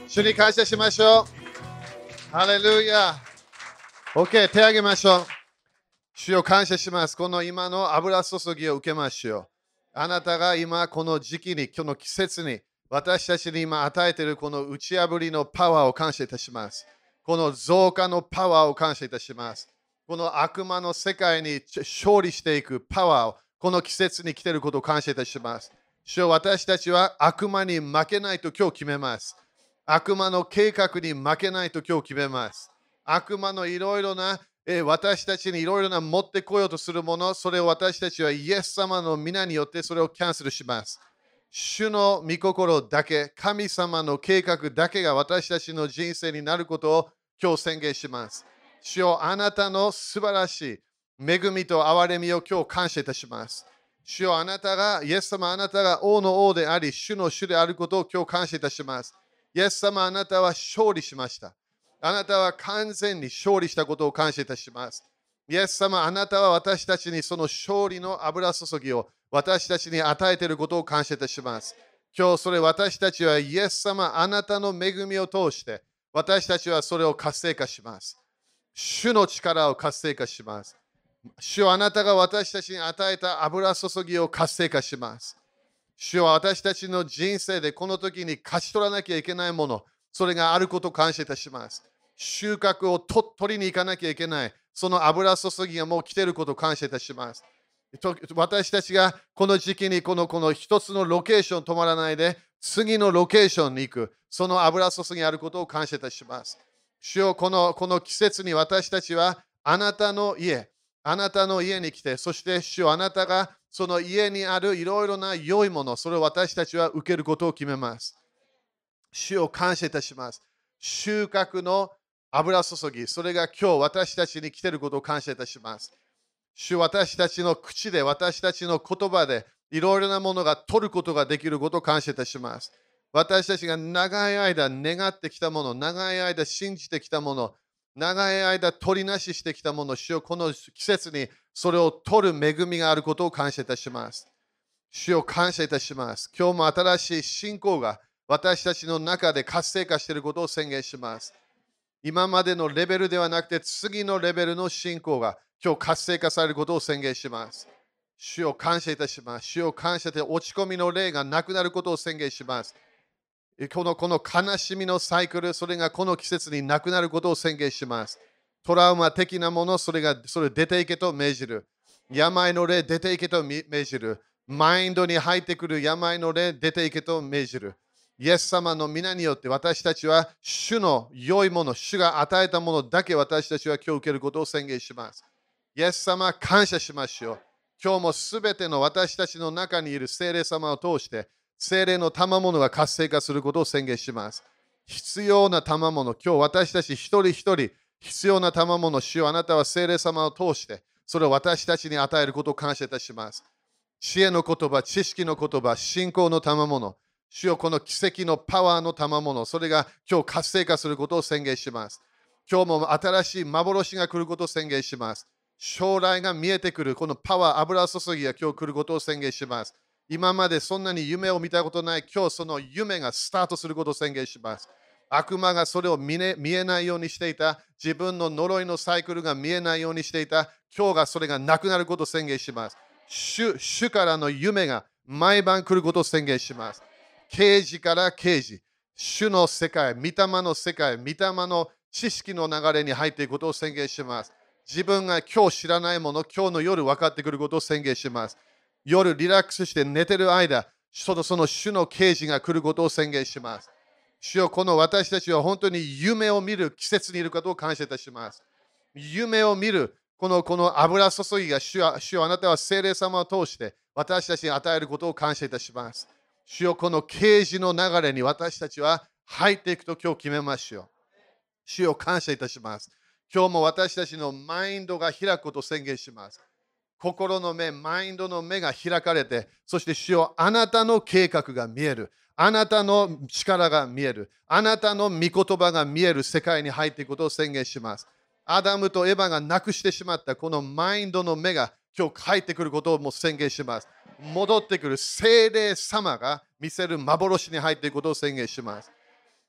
主に感謝しましょう。ハレルヤ。OK、手を挙げましょう。主を感謝します。この今の油注ぎを受けましょう。あなたが今この時期に、この季節に、私たちに今与えているこの打ち破りのパワーを感謝いたします。この増加のパワーを感謝いたします。この悪魔の世界に勝利していくパワーをこの季節に来ていることを感謝いたします。主よ、私たちは悪魔に負けないと今日決めます。悪魔の計画に負けないと今日決めます。悪魔のいろいろな私たちにいろいろな持ってこようとするもの、それを私たちはイエス様の皆によってそれをキャンセルします。主の御心だけ、神様の計画だけが私たちの人生になることを今日宣言します。主よ、あなたの素晴らしい恵みと憐れみを今日感謝いたします。主よ、あなたが、イエス様、あなたが王の王であり、主の主であることを今日感謝いたします。イエス様、あなたは勝利しました。あなたは完全に勝利したことを感謝いたします。イエス様、あなたは私たちにその勝利の油注ぎを私たちに与えていることを感謝いたします。今日それ私たちはイエス様、あなたの恵みを通して私たちはそれを活性化します。主の力を活性化します。主はあなたが私たちに与えた油注ぎを活性化します。主は私たちの人生でこの時に勝ち取らなきゃいけないもの、それがあることを感謝いたします。収穫を取りに行かなきゃいけない、その油注ぎがもう来ていることを感謝いたします。私たちがこの時期にこの一つのロケーション止まらないで、次のロケーションに行く、その油注ぎあることを感謝いたします。主よ、この季節に私たちはあなたの家に来て、そして主よ、あなたがその家にあるいろいろな良いもの、それを私たちは受けることを決めます。主を感謝いたします。収穫の油注ぎ、それが今日私たちに来ていることを感謝いたします。主、私たちの口で、私たちの言葉で、いろいろなものが取ることができることを感謝いたします。私たちが長い間願ってきたもの、長い間信じてきたもの、長い間取りなししてきたもの、主よ、この季節にそれを取る恵みがあることを感謝いたします。主を感謝いたします。今日も新しい信仰が私たちの中で活性化していることを宣言します。今までのレベルではなくて次のレベルの信仰が今日活性化されることを宣言します。主を感謝いたします。主を感謝で落ち込みの霊がなくなることを宣言します。この悲しみのサイクル、それがこの季節になくなることを宣言します。トラウマ的なもの、それ出ていけと命じる。病の霊出ていけと命じる。マインドに入ってくる病の霊出ていけと命じる。イエス様の皆によって私たちは主の良いもの、主が与えたものだけ私たちは今日受けることを宣言します。イエス様、感謝しましょう。今日もすべての私たちの中にいる聖霊様を通して、聖霊の賜物が活性化することを宣言します。必要な賜物、今日私たち一人一人、必要な賜物、主よ、あなたは聖霊様を通して、それを私たちに与えることを感謝いたします。知恵の言葉、知識の言葉、信仰の賜物、主よ、この奇跡のパワーの賜物、それが今日活性化することを宣言します。今日も新しい幻が来ることを宣言します。将来が見えてくる、このパワー、油注ぎが今日来ることを宣言します。今までそんなに夢を見たことない、今日その夢がスタートすることを宣言します。悪魔がそれを見えないようにしていた、自分の呪いのサイクルが見えないようにしていた、今日がそれがなくなることを宣言します。主からの夢が毎晩来ることを宣言します。啓示から啓示、主の世界、御霊の世界、御霊の知識の流れに入っていくことを宣言します。自分が今日知らないもの、今日の夜分かってくることを宣言します。夜リラックスして寝てる間、その主の啓示が来ることを宣言します。主よ、この私たちは本当に夢を見る季節にいることを感謝いたします。夢を見るこの油注ぎが主よ、あなたは聖霊様を通して私たちに与えることを感謝いたします。主よ、この啓示の流れに私たちは入っていくと今日決めましょう。主よ、感謝いたします。今日も私たちのマインドが開くことを宣言します。心の目、マインドの目が開かれて、そして主よ、あなたの計画が見える。あなたの力が見える。あなたの御言葉が見える世界に入っていくことを宣言します。アダムとエバがなくしてしまったこのマインドの目が今日入ってくることをもう宣言します。戻ってくる聖霊様が見せる幻に入っていくことを宣言します。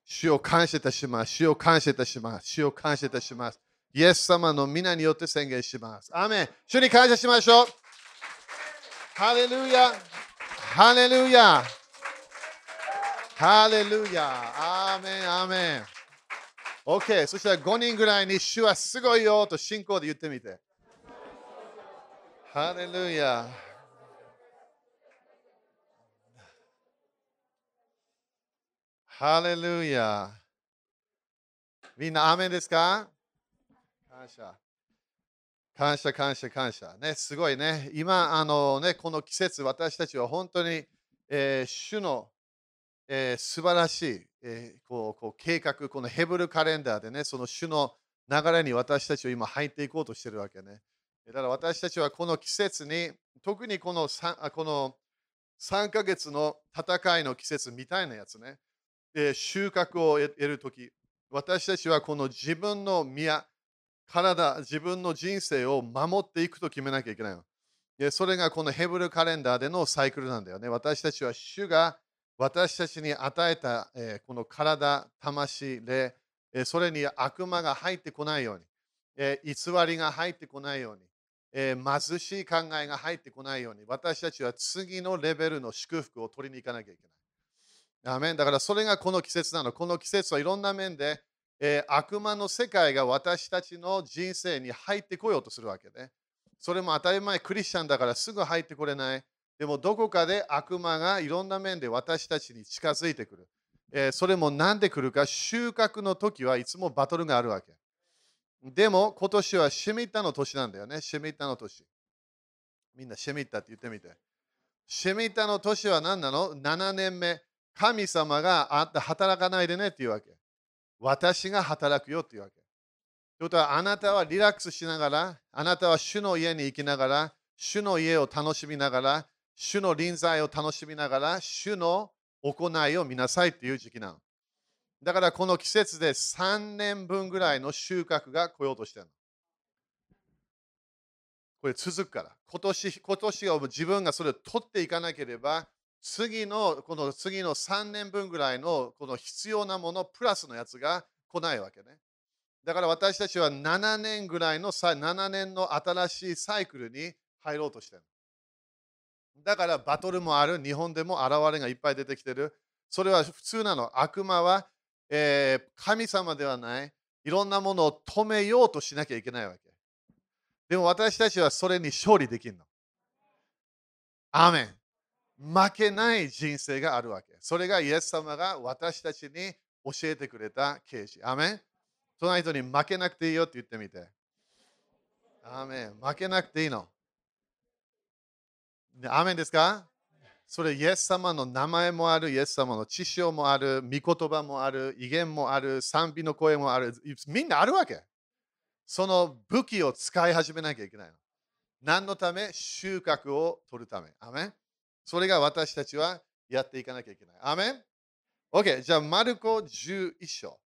主を感謝いたします。主を感謝いたします。主を感謝いたします。イエス様の皆によって宣言します。アーメン。主に感謝しましょう。ハレルヤ。ハレルヤ。ハレルヤ。アーメン。アーメン。OK。そしたら5人ぐらいに主はすごいよと信仰で言ってみて。ハレルヤ。ハレルヤ。みんなアーメンですか？感謝。感謝、感謝、感謝。ね、すごいね。今、この季節、私たちは本当に、主の、素晴らしい、計画、このヘブルカレンダーでね、その主の流れに私たちは今入っていこうとしているわけね。だから私たちはこの季節に、特にこの3ヶ月の戦いの季節みたいなやつね、収穫を得るとき、私たちはこの自分の宮、体、自分の人生を守っていくと決めなきゃいけないの。それがこのヘブルカレンダーでのサイクルなんだよね。私たちは主が私たちに与えた、この体、魂、霊、それに悪魔が入ってこないように、偽りが入ってこないように、貧しい考えが入ってこないように、私たちは次のレベルの祝福を取りに行かなきゃいけない。アメン。だからそれがこの季節なの。この季節はいろんな面で、悪魔の世界が私たちの人生に入ってこようとするわけね。それも当たり前、クリスチャンだからすぐ入ってこれない。でもどこかで悪魔がいろんな面で私たちに近づいてくる。それもなんで来るか、収穫の時はいつもバトルがあるわけ。でも今年はシェミッタの年なんだよね。シェミッタの年。みんなシェミッタって言ってみて。シェミッタの年は何なの？ 7 年目。神様が働かないでねっていうわけ。私が働くよっていうわけ。ということは、あなたはリラックスしながら、あなたは主の家に行きながら、主の家を楽しみながら、主の臨在を楽しみながら、主の行いを見なさいっていう時期なの。だからこの季節で3年分ぐらいの収穫が来ようとしてるの。これ続くから。今年は自分がそれを取っていかなければ、この次の3年分ぐらいのこの必要なものプラスのやつが来ないわけね。だから私たちは7年ぐらいの7年の新しいサイクルに入ろうとしてる。だからバトルもある、日本でも現れがいっぱい出てきてる。それは普通なの。悪魔は、神様ではない。いろんなものを止めようとしなきゃいけないわけ。でも私たちはそれに勝利できるの。アーメン。負けない人生があるわけ。それがイエス様が私たちに教えてくれた啓示。アーメン。その人に負けなくていいよって言ってみて。アーメン。負けなくていいの。アーメンですか？それイエス様の名前もある、イエス様の知性もある、御言葉もある、威厳もある、賛美の声もある。みんなあるわけ。その武器を使い始めなきゃいけないの。何のため？収穫を取るため。アーメン。それが私たちはやっていかなきゃいけない。アーメン。OK。じゃあ、マルコ11章。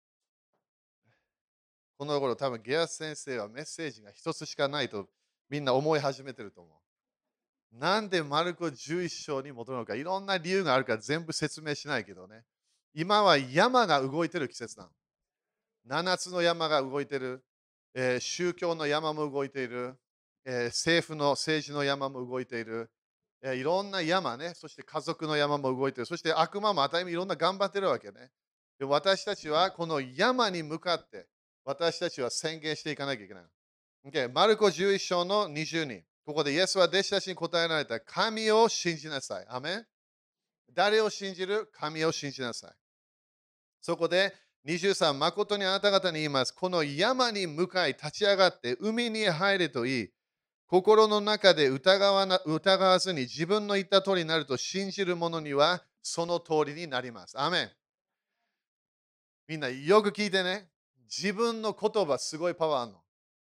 この頃多分ゲアス先生はメッセージが一つしかないとみんな思い始めてると思う。なんでマルコ11章に戻るのか、いろんな理由があるから全部説明しないけどね。今は山が動いてる季節なの。7つの山が動いてる。宗教の山も動いている。政治の山も動いている。いろんな山ね。そして家族の山も動いている。そして悪魔も当たり前いろんな頑張ってるわけね。で私たちはこの山に向かって私たちは宣言していかなきゃいけない。Okay、マルコ11章の22。ここでイエスは弟子たちに答えられた。神を信じなさい。アメン。誰を信じる？神を信じなさい。そこで23、誠にあなた方に言います。この山に向かい立ち上がって海に入れといい。心の中で疑わずに自分の言った通りになると信じる者にはその通りになります。アメン。みんなよく聞いてね。自分の言葉すごいパワーあるの。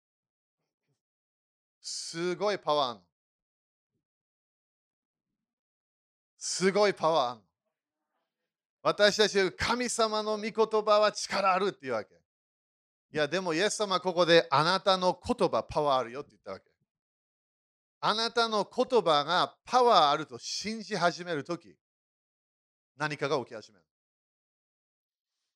すごいパワーあるの。すごいパワーあるの。私たち神様の御言葉は力あるっていうわけ。いや、でもイエス様はここであなたの言葉パワーあるよって言ったわけ。あなたの言葉がパワーあると信じ始めるとき、何かが起き始める。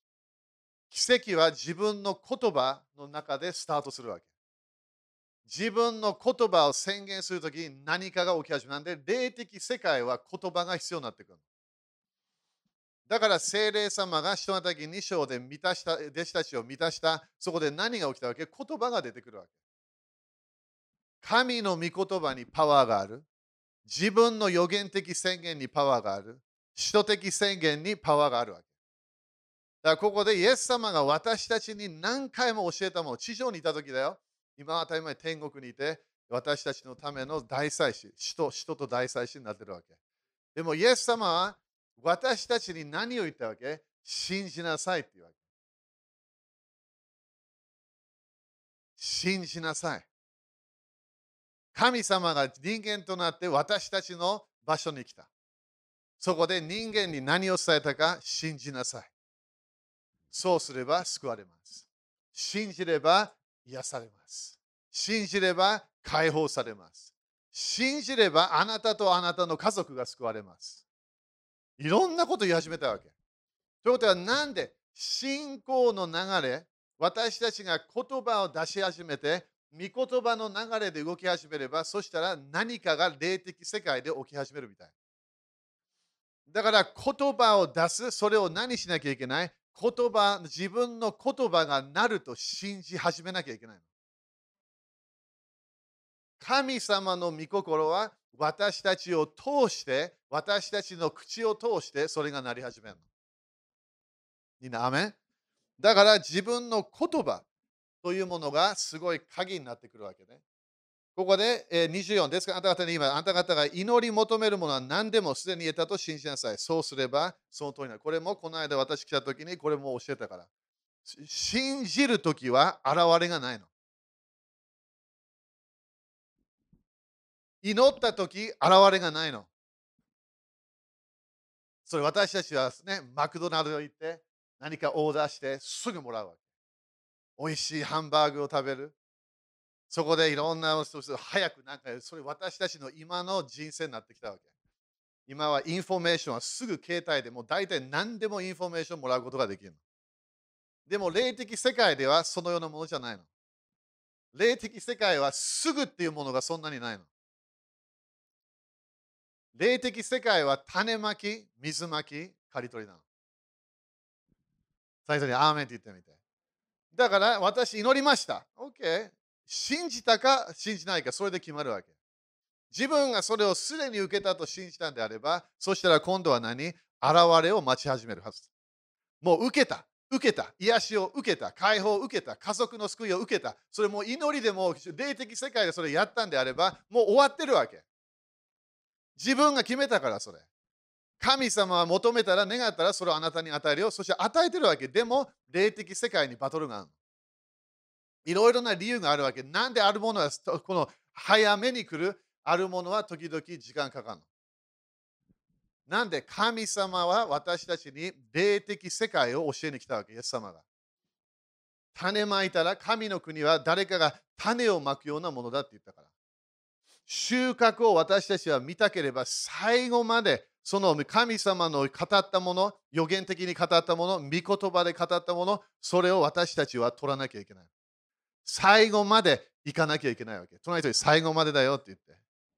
奇跡は自分の言葉の中でスタートするわけ。自分の言葉を宣言するときに何かが起き始める。なんで、霊的世界は言葉が必要になってくる。だから聖霊様が人の時2章で満たした、弟子たちを満たした、そこで何が起きたわけ？言葉が出てくるわけ。神の御言葉にパワーがある。自分の予言的宣言にパワーがある。使徒的宣言にパワーがあるわけ。だからここでイエス様が私たちに何回も教えたもの、地上にいた時だよ。今は当たり前天国にいて、私たちのための大祭司、使徒と大祭司になってるわけ。でもイエス様は私たちに何を言ったわけ？信じなさいって言うわけ。信じなさい。神様が人間となって私たちの場所に来た。そこで人間に何を伝えたか信じなさい。そうすれば救われます。信じれば癒されます。信じれば解放されます。信じればあなたとあなたの家族が救われます。いろんなこと言い始めたわけ。ということはなんで信仰の流れ、私たちが言葉を出し始めて、御言葉の流れで動き始めれば、そしたら何かが霊的世界で起き始めるみたい。だから言葉を出す、それを何しなきゃいけない？言葉、自分の言葉がなると信じ始めなきゃいけないの。神様の御心は私たちを通して、私たちの口を通してそれがなり始めるの。みんな、アメン？だから自分の言葉というものがすごい鍵になってくるわけね。ここで、24ですから、あなた方に今、あなた方が祈り求めるものは何でもすでに得たと信じなさい。そうすれば、その通りになる。これもこの間私来た時にこれも教えたから。信じるときは現れがないの。祈ったとき現れがないの。それ私たちはね、マクドナルド行って何かオーダーしてすぐもらうわけ。美味しいハンバーグを食べる。そこでいろんな人早くなんか、それ私たちの今の人生になってきたわけ。今はインフォメーションはすぐ携帯でもう大体何でもインフォメーションもらうことができるの。でも霊的世界ではそのようなものじゃないの。霊的世界はすぐっていうものがそんなにないの。霊的世界は種まき、水まき、刈り取りなの。最初にアーメンって言ってみて。だから私祈りました。OK。信じたか信じないか、それで決まるわけ。自分がそれをすでに受けたと信じたんであれば、そしたら今度は何？現れを待ち始めるはず。もう受けた。受けた。癒しを受けた。解放を受けた。家族の救いを受けた。それも祈りでも霊的世界でそれやったんであれば、もう終わってるわけ。自分が決めたからそれ。神様は求めたら願ったらそれをあなたに与えるよ。そして与えてるわけ。でも、霊的世界にバトルがある。いろいろな理由があるわけ。なんであるものはこの早めに来る、あるものは時々時間かかるの。なんで神様は私たちに霊的世界を教えに来たわけ、イエス様が。種まいたら神の国は誰かが種をまくようなものだって言ったから。収穫を私たちは見たければ最後までその神様の語ったもの、予言的に語ったもの、御言葉で語ったもの、それを私たちは取らなきゃいけない。最後まで行かなきゃいけないわけ。隣人に最後までだよって言って。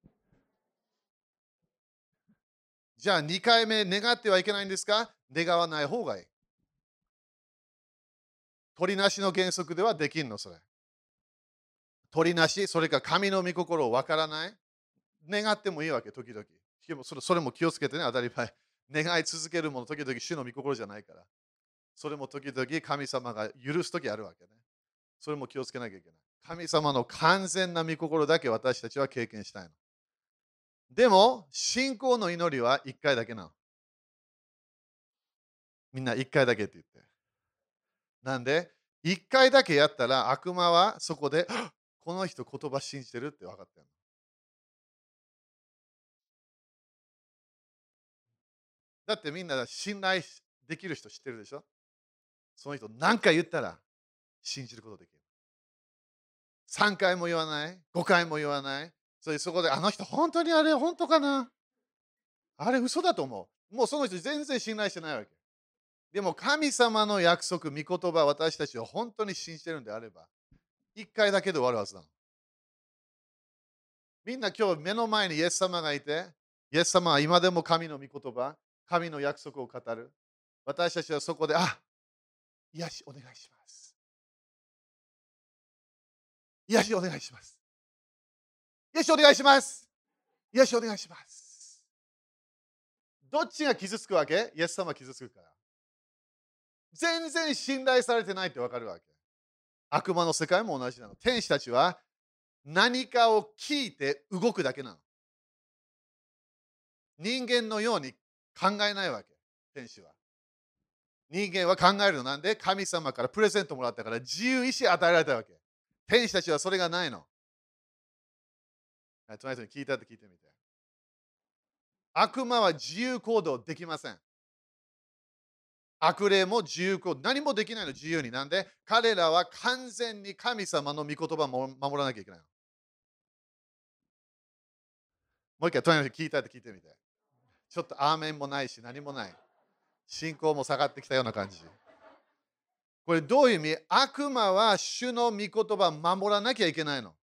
じゃあ2回目願ってはいけないんですか？願わない方がいい。取りなしの原則ではできんの、それ。取りなし、それか神の御心をわからない。願ってもいいわけ、時々。でもそれも気をつけてね、当たり前。願い続けるもの、時々主の御心じゃないから。それも時々神様が許すときあるわけね。それも気をつけなきゃいけない。神様の完全な御心だけ私たちは経験したいの。でも、信仰の祈りは1回だけなの。みんな1回だけって言って。なんで、1回だけやったら悪魔はそこで、この人言葉信じてるって分かってるの。だってみんな信頼できる人知ってるでしょ？その人何回言ったら信じることできる。3回も言わない、5回も言わない。そこであの人本当にあれ本当かな？あれ嘘だと思う。もうその人全然信頼してないわけ。 でも神様の約束、御言葉、私たちは本当に信じてるんであれば、一回だけで終わるはずだ。みんな今日目の前にイエス様がいて、イエス様は今でも神の御言葉、神の約束を語る。私たちはそこで、癒しお願いします。癒しお願いします。癒しお願いします。癒しお願いします。どっちが傷つくわけ？イエス様は傷つくから。全然信頼されてないってわかるわけ。悪魔の世界も同じなの。天使たちは何かを聞いて動くだけなの。人間のように考えないわけ。天使は。人間は考えるのなんで神様からプレゼントもらったから自由意志与えられたわけ。天使たちはそれがないの。隣人に聞いたって聞いてみて。悪魔は自由行動できません。悪霊も自由行動、何もできないの自由に。なんで彼らは完全に神様の御言葉を守らなきゃいけないの。もう一回隣人に聞いたって聞いてみて。ちょっとアーメンもないし何もない。信仰も下がってきたような感じ。これどういう意味？悪魔は主の御言葉を守らなきゃいけないの。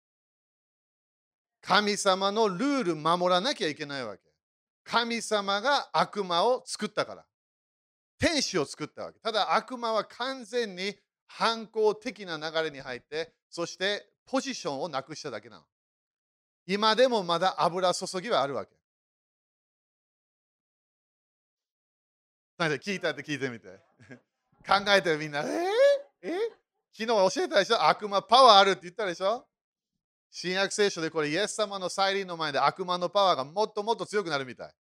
神様のルール守らなきゃいけないわけ。神様が悪魔を作ったから。天使を作ったわけ。ただ悪魔は完全に反抗的な流れに入って、そしてポジションをなくしただけなの。今でもまだ油注ぎはあるわけ。聞いたって聞いてみて。考えてみんな、昨日教えたでしょ？悪魔パワーあるって言ったでしょ？新約聖書でこれイエス様の再臨の前で悪魔のパワーがもっともっと強くなるみたい。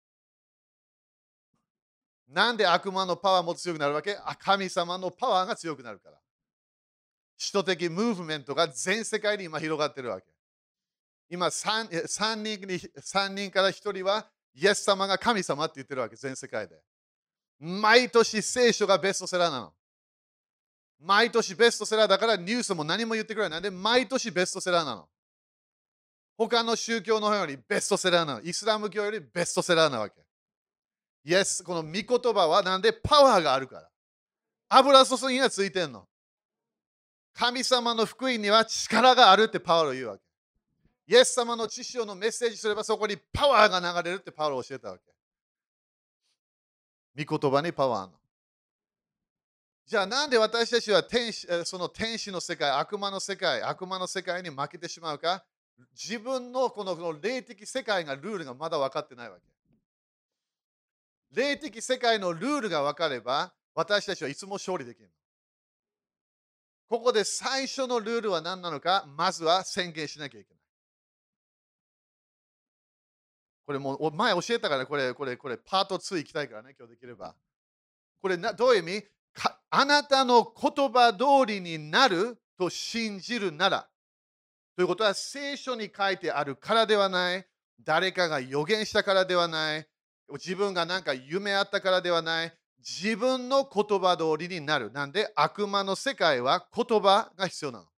なんで悪魔のパワーも強くなるわけ？神様のパワーが強くなるから。首都的ムーブメントが全世界に今広がってるわけ。今3人から1人はイエス様が神様って言ってるわけ、全世界で。毎年聖書がベストセラーなの。毎年ベストセラーだからニュースも何も言ってくれない。なんで毎年ベストセラーなの。他の宗教のようにベストセラーなの。イスラム教よりベストセラーなわけ。イエス、この御言葉はなんでパワーがあるから。油注ぎがついてんの。神様の福音には力があるってパワーを言うわけ。イエス様の知識のメッセージすればそこにパワーが流れるってパワーを教えたわけ。御言葉にパワーあるの。じゃあなんで私たちはその天使の世界、悪魔の世界に負けてしまうか？自分のこの霊的世界がルールがまだ分かってないわけ。霊的世界のルールが分かれば、私たちはいつも勝利できる。ここで最初のルールは何なのか、まずは宣言しなきゃいけない。これもう前教えたから、これパート2行きたいからね、今日できれば。これどういう意味？あなたの言葉通りになると信じるなら、ということは聖書に書いてあるからではない、誰かが予言したからではない、自分がなんか夢あったからではない、自分の言葉通りになる。なんで悪魔の世界は言葉が必要なの。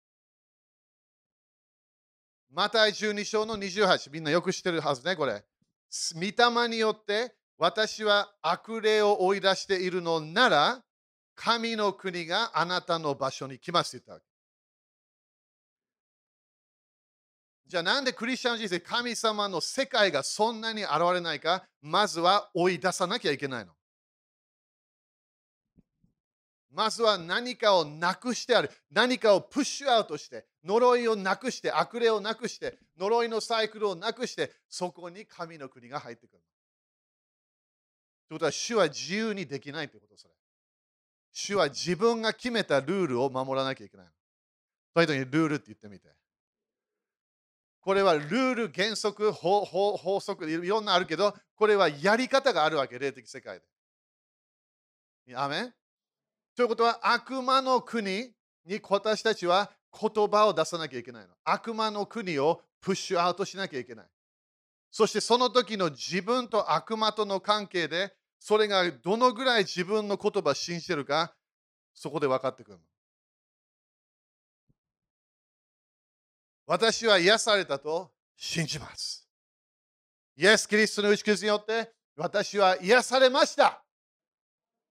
マタイ12章の28、みんなよく知ってるはずね、これ。御霊によって私は悪霊を追い出しているのなら、神の国があなたの場所に来ますって言ったわけ。じゃあなんでクリスチャン人生、神様の世界がそんなに現れないか、まずは追い出さなきゃいけないの。まずは何かをなくしてある。何かをプッシュアウトして、呪いをなくして、悪霊をなくして、呪いのサイクルをなくして、そこに神の国が入ってくる。ということは、主は自由にできないということ、それ。主は自分が決めたルールを守らなきゃいけない。そういう時にルールって言ってみて。これはルール、原則、法則、いろんなあるけど、これはやり方があるわけ、霊的世界で。アメンということは、悪魔の国に私たちは言葉を出さなきゃいけないの。悪魔の国をプッシュアウトしなきゃいけない。そしてその時の自分と悪魔との関係で、それがどのぐらい自分の言葉を信じてるか、そこで分かってくるの。私は癒されたと信じます。イエス・キリストの打ち傷によって私は癒されました。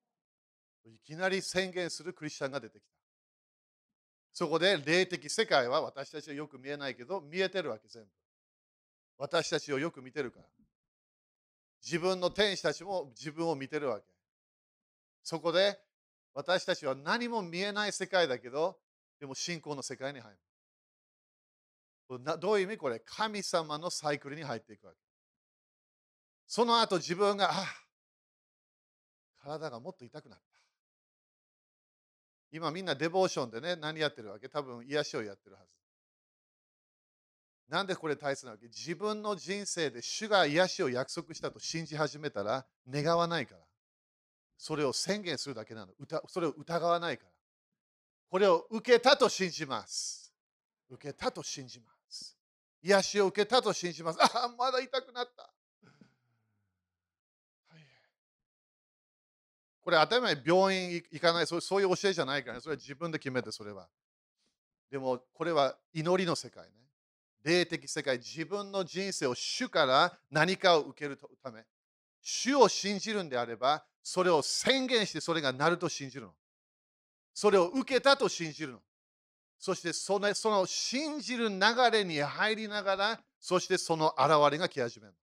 いきなり宣言するクリスチャンが出てきた。そこで霊的世界は私たちはよく見えないけど、見えてるわけ全部。私たちをよく見てるから。自分の天使たちも自分を見てるわけ。そこで私たちは何も見えない世界だけど、でも信仰の世界に入る。どういう意味これ？神様のサイクルに入っていくわけ。その後自分が、体がもっと痛くなった。今みんなデボーションでね、何やってるわけ？多分癒しをやってるはず。なんでこれ大切なわけ？自分の人生で主が癒しを約束したと信じ始めたら願わないから。それを宣言するだけなの。それを疑わないから。これを受けたと信じます。受けたと信じます。癒しを受けたと信じます。まだ痛くなった。これ当たり前病院行かない、そういう教えじゃないからね。それは自分で決めて、それは。でも、これは祈りの世界ね。霊的世界、自分の人生を主から何かを受けるため、主を信じるんであれば、それを宣言してそれがなると信じるの。それを受けたと信じるの。そしてその信じる流れに入りながら、そしてその現れが来始める。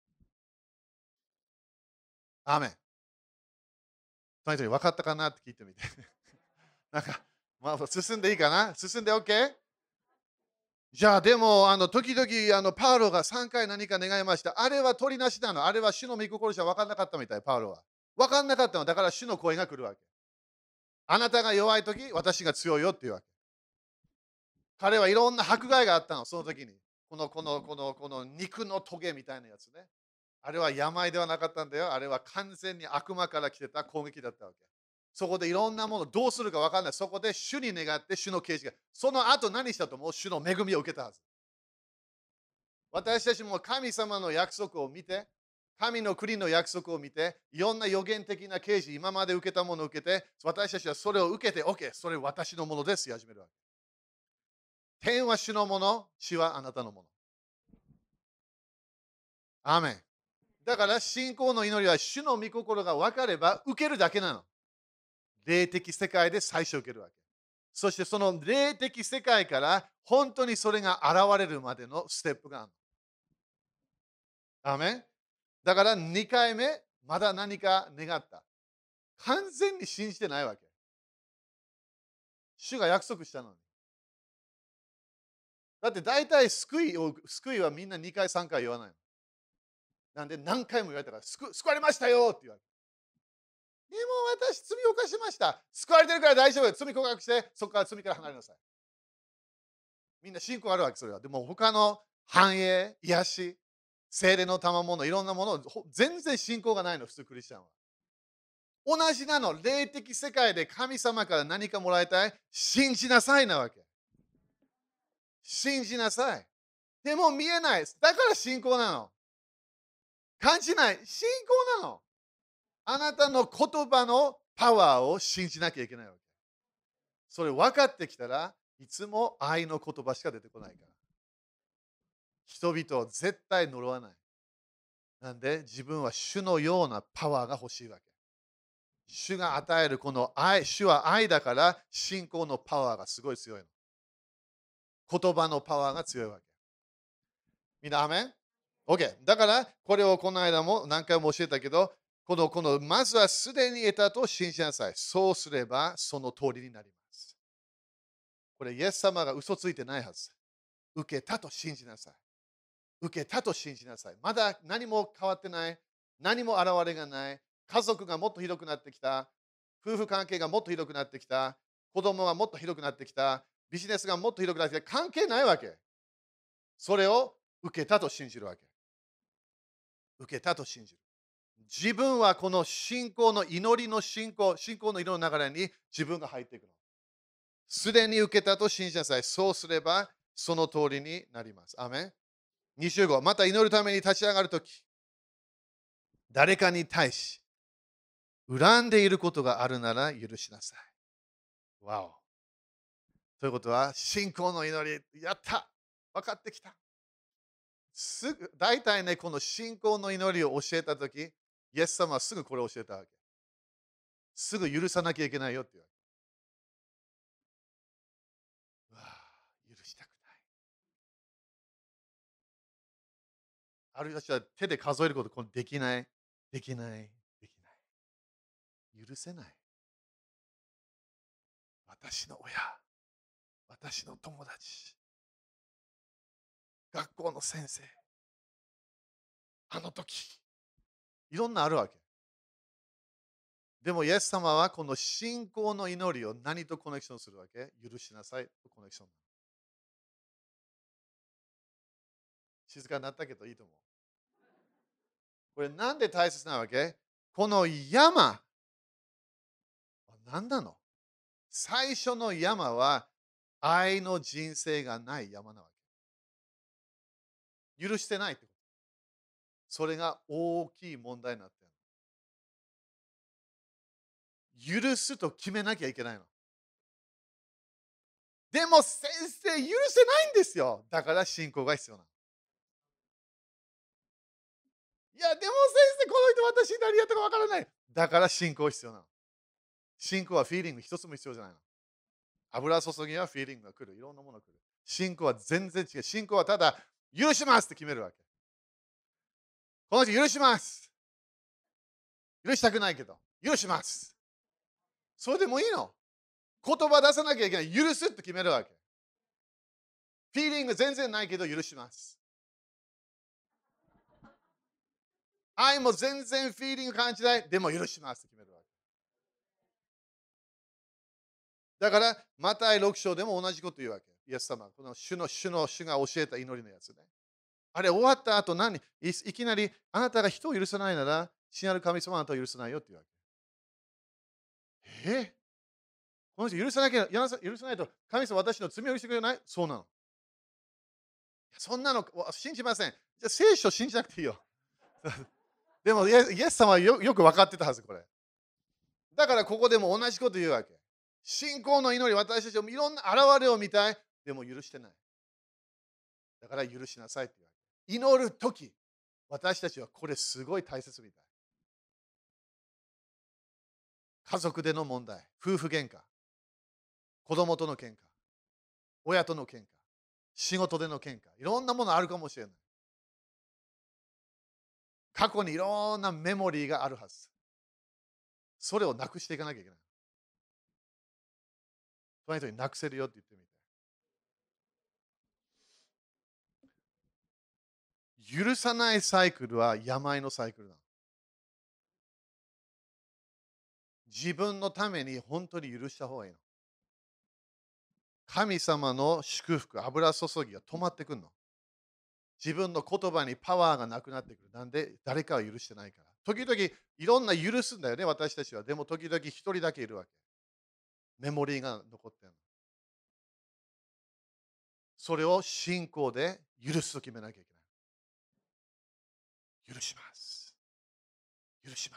アーメン。その人に分かったかなって聞いてみて。なんか、進んでいいかな？進んで OK？ じゃあでも、時々パウロが3回何か願いました。あれは取りなしなの。あれは主の御心じゃ分かんなかったみたい、パウロは。分かんなかったの。だから主の声が来るわけ。あなたが弱い時、私が強いよっていうわけ。彼はいろんな迫害があったの、その時に。この肉のトゲみたいなやつね。あれは病ではなかったんだよ。あれは完全に悪魔から来てた攻撃だったわけ。そこでいろんなものどうするか分かんない。そこで主に願って主の啓示が。その後何したと思う？主の恵みを受けたはず。私たちも神様の約束を見て、神の国の約束を見て、いろんな予言的な啓示、今まで受けたものを受けて、私たちはそれを受けて、OK、それ私のものです。始めるわけ。天は主のもの、地はあなたのもの。アーメン。だから信仰の祈りは主の御心が分かれば受けるだけなの。霊的世界で最初受けるわけ。そしてその霊的世界から本当にそれが現れるまでのステップがあるの。アーメン。だから2回目、まだ何か願った。完全に信じてないわけ。主が約束したのに。だって大体救いはみんな2回3回言わないの。なんで何回も言われたから救われましたよって言われて。でも私罪を犯しました。救われてるから大丈夫。罪告白して、そこから罪から離れなさい。みんな信仰あるわけ、それは。でも他の繁栄、癒し、精霊の賜物、いろんなもの、全然信仰がないの、普通クリスチャンは。同じなの。霊的世界で神様から何かもらいたい。信じなさいなわけ。信じなさい。でも見えない。だから信仰なの。感じない。信仰なの。あなたの言葉のパワーを信じなきゃいけないわけ。それ分かってきたらいつも愛の言葉しか出てこないから。人々を絶対呪わない。なんで自分は主のようなパワーが欲しいわけ。主が与えるこの愛、主は愛だから信仰のパワーがすごい強いの。言葉のパワーが強いわけ。みんな、アメン？ OK。だから、これをこの間も何回も教えたけど、まずはすでに得たと信じなさい。そうすれば、その通りになります。これ、イエス様が嘘ついてないはず。受けたと信じなさい。受けたと信じなさい。まだ何も変わってない。何も現れがない。家族がもっとひどくなってきた。夫婦関係がもっとひどくなってきた。子供がもっとひどくなってきた。ビジネスがもっとひどくなってきた。関係ないわけ。それを受けたと信じるわけ。受けたと信じる。自分はこの信仰の祈りの信仰の祈りの流れに自分が入っていくの。すでに受けたと信じなさい。そうすればその通りになります。アメン。25、また祈るために立ち上がるとき、誰かに対し、恨んでいることがあるなら許しなさい。わお。ということは、信仰の祈り、やった分かってきた。大体ね、この信仰の祈りを教えたとき、イエス様はすぐこれを教えたわけ。 すぐ許さなきゃいけないよって言われる。うわあ、許したくない。あるいは私は手で数えることできない。できない。できない。許せない。私の親、私の友達、学校の先生、あの時、いろんなあるわけ。でも、イエス様はこの信仰の祈りを何とコネクションするわけ？許しなさいとコネクション。静かになったけどいいと思う。これなんで大切なわけ？この山、何なの？最初の山は愛の人生がない山なわけ。許してないってこと。それが大きい問題になってる。許すと決めなきゃいけないの。でも先生、許せないんですよ。だから信仰が必要なの。いや、でも先生、この人私に何やったかわからない。だから信仰必要なの。信仰はフィーリング一つも必要じゃないの。油注ぎはフィーリングが来る。いろんなものが来る。信仰は全然違う。信仰はただ、許しますって決めるわけ。この人許します。許したくないけど、許します。それでもいいの。言葉出さなきゃいけない。許すって決めるわけ。フィーリング全然ないけど許します。愛も全然フィーリング感じない。でも許しますって決めるわけ。だから、マタイ6章でも同じこと言うわけ。イエス様、この主が教えた祈りのやつね。あれ終わった後いきなり、あなたが人を許さないなら、死なる神様はあなたを許さないよって言うわけ。この人許さなきゃ、許さないと、神様私の罪を許してくれない？そうなの。そんなの信じません。じゃあ聖書信じなくていいよ。でもイエス様はよく分かってたはず、これ。だからここでも同じこと言うわけ。信仰の祈り、私たちもいろんな現れを見たい。でも許してない。だから許しなさいって言われる。祈るとき、私たちはこれすごい大切みたい。家族での問題、夫婦喧嘩、子供との喧嘩、親との喧嘩、仕事での喧嘩、いろんなものあるかもしれない。過去にいろんなメモリーがあるはず。それをなくしていかなきゃいけない。その人になくせるよって言ってみて。許さないサイクルは病のサイクルなの。自分のために本当に許した方がいいの。神様の祝福、油注ぎが止まってくるの。自分の言葉にパワーがなくなってくる。なんで誰かは許してないから。時々いろんな許すんだよね、私たちは。でも時々一人だけいるわけ。メモリーが残ってるの。それを信仰で許すと決めなきゃいけない。許します。許します。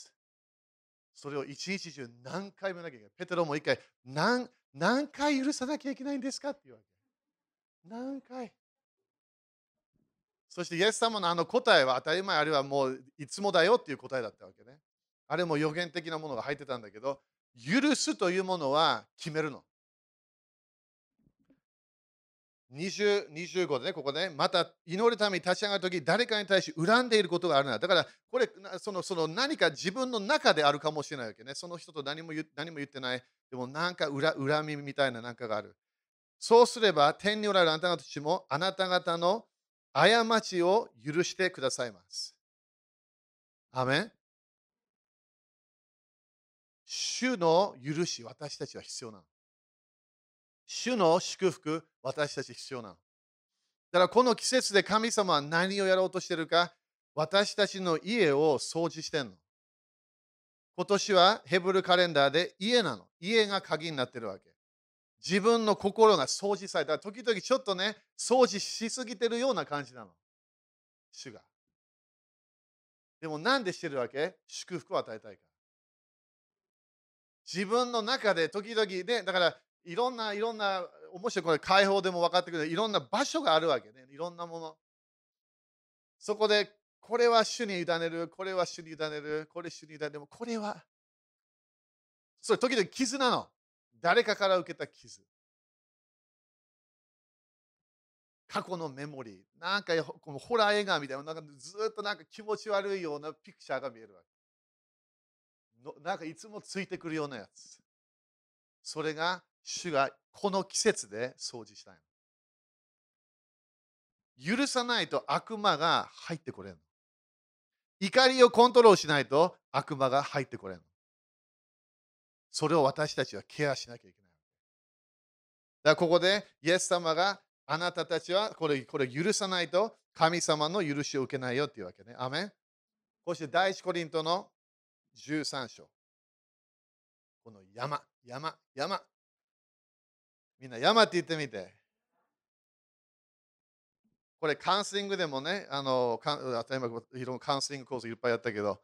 それを一日中何回もやらなきゃいけない。ペテロも一回何回許さなきゃいけないんですかって言うわけ。何回。そしてイエス様のあの答えは当たり前、あるいはもういつもだよっていう答えだったわけね。あれも予言的なものが入ってたんだけど、許すというものは決めるの。25でね、ここね、また祈るために立ち上がるとき、誰かに対し恨んでいることがあるな。だから、これ、その何か自分の中であるかもしれないわけね。その人と何も言ってない。でも、なんか恨みみたいななんかがある。そうすれば、天におられるあなた方たちも、あなた方の過ちを許してくださいます。アメン。主の許し、私たちは必要なの。主の祝福、私たち必要なの。だからこの季節で神様は何をやろうとしているか、私たちの家を掃除してんの。今年はヘブルカレンダーで家なの。家が鍵になってるわけ。自分の心が掃除された。時々ちょっとね、掃除しすぎてるような感じなの。主が。でもなんでしてるわけ？祝福を与えたいから。自分の中で時々で、だからいろんな、面白いこれ解放でも分かってくるいろんな場所があるわけね。いろんなもの。そこで、これは主に委ねる、これは主に委ねる、これ主に委ねる、でもこれはそれ時々傷なの。誰かから受けた傷。過去のメモリー。なんかこのホラー映画みたいな、なんかずっとなんか気持ち悪いようなピクチャーが見えるわけ。なんかいつもついてくるようなやつ。それが主がこの季節で掃除したいの。許さないと悪魔が入ってこれんの。怒りをコントロールしないと悪魔が入ってこれんの。それを私たちはケアしなきゃいけない。だからここでイエス様があなたたちはこれ許さないと神様の許しを受けないよっていうわけね。アメン。そして第一コリントの13章。この山。みんな山って言ってみて。これカウンセリングでもね、例えばいろんなカウンセリングコースいっぱいやったけど、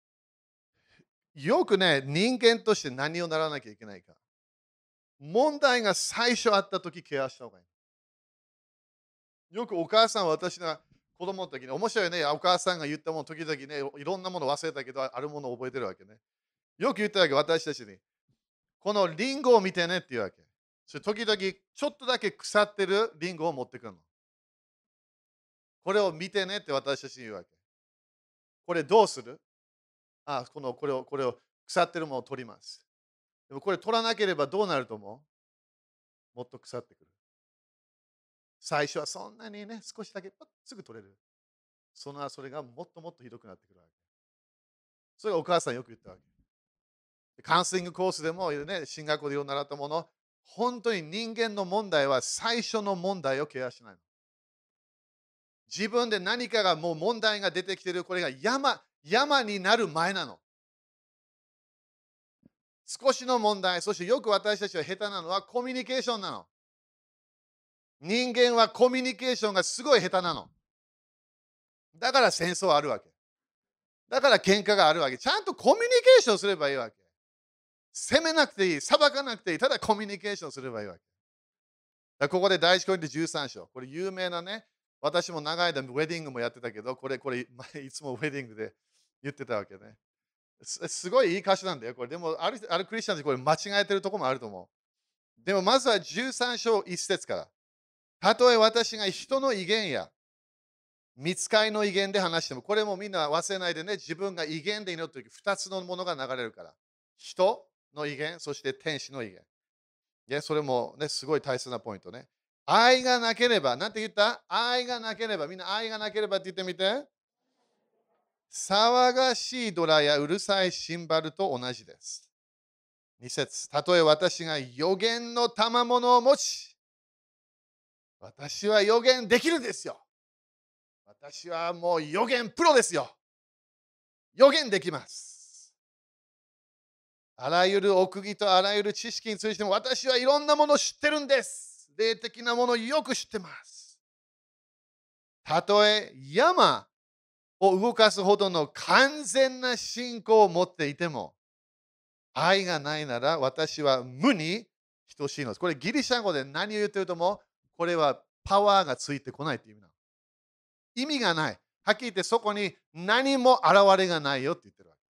よくね、人間として何をならなきゃいけないか。問題が最初あったときケアした方がいい。よくお母さんは私が子供の時に面白いね、お母さんが言ったもの、時々ね、いろんなもの忘れたけど、あるものを覚えてるわけね。よく言ったわけ、私たちに。このリンゴを見てねっていうわけ。それ時々ちょっとだけ腐ってるリンゴを持ってくるの。これを見てねって私たちに言うわけ。これどうする？これを腐ってるものを取ります。でもこれ取らなければどうなると思う？もっと腐ってくる。最初はそんなにね、少しだけすぐ取れる。それがもっともっとひどくなってくるわけ。それがお母さんよく言ったわけ。カウンセリングコースでも、ね、進学校でいろんな習ったもの、本当に人間の問題は最初の問題をケアしないの。自分で何かがもう問題が出てきている、これが山になる前なの。少しの問題、そしてよく私たちは下手なのはコミュニケーションなの。人間はコミュニケーションがすごい下手なの。だから戦争あるわけ。だから喧嘩があるわけ。ちゃんとコミュニケーションすればいいわけ。責めなくていい、裁かなくていい、ただコミュニケーションすればいいわけ。ここで第一コリント13章。これ有名なね、私も長い間ウェディングもやってたけど、これいつもウェディングで言ってたわけね。すごいいい歌詞なんだよ。これでもあるクリスチャンでこれ間違えてるところもあると思う。でもまずは13章1節から。たとえ私が人の威厳や見つかりの威厳で話しても、これもみんな忘れないでね、自分が威厳で祈るとき2つのものが流れるから。人の威厳、そして天使の威厳。それもね、すごい大切なポイントね。愛がなければ、なんて言った？愛がなければ、みんな愛がなければって言ってみて。騒がしいドラやうるさいシンバルと同じです。2節たとえ私が予言の賜物を持ち、私は予言できるんですよ。私はもう予言プロですよ。予言できます。あらゆる奥義とあらゆる知識についても私はいろんなものを知ってるんです。霊的なものをよく知ってます。たとえ山を動かすほどの完全な信仰を持っていても、愛がないなら私は無に等しいのです。これギリシャ語で何を言ってるとも、これはパワーがついてこないっていう意味なの。意味がない。はっきり言ってそこに何も現れがないよって言ってるわ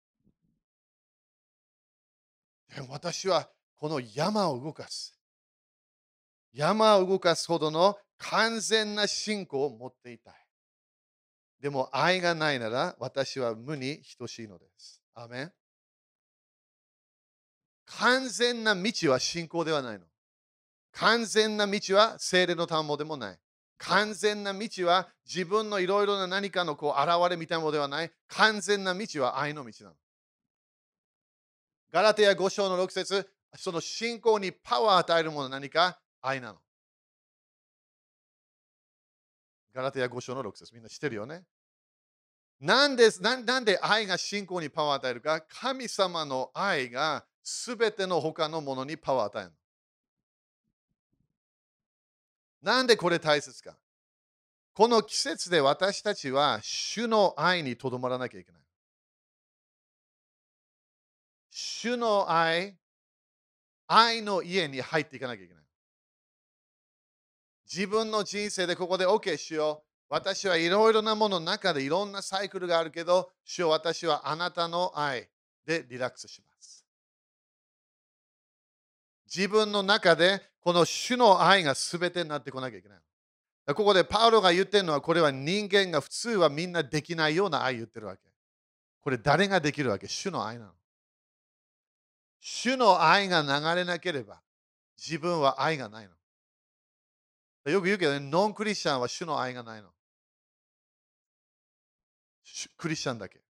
け。でも私はこの山を動かす。山を動かすほどの完全な信仰を持っていたい。でも愛がないなら私は無に等しいのです。アメン。完全な道は信仰ではないの。完全な道は聖霊の賜物でもない。完全な道は自分のいろいろな何かの現れみたいなものではない。完全な道は愛の道なの。ガラテヤ5章の6節、その信仰にパワーを与えるものは何か愛なの。ガラテヤ5章の6節みんな知ってるよね。なんで愛が信仰にパワーを与えるか？神様の愛がすべての他のものにパワーを与えるの。なんでこれ大切か？この季節で私たちは主の愛にとどまらなきゃいけない。主の愛の家に入っていかなきゃいけない。自分の人生でここで OK しよう。私はいろいろなものの中でいろんなサイクルがあるけど、主よ私はあなたの愛でリラックスします。 自分の中でこの主の愛が全てになってこなきゃいけない。ここでパウロが言ってるのは、これは人間が普通はみんなできないような愛言ってるわけ。これ誰ができるわけ？主の愛なの。主の愛が流れなければ、自分は愛がないの。よく言うけどね、ノンクリスチャンは主の愛がないの。クリスチャンだけ。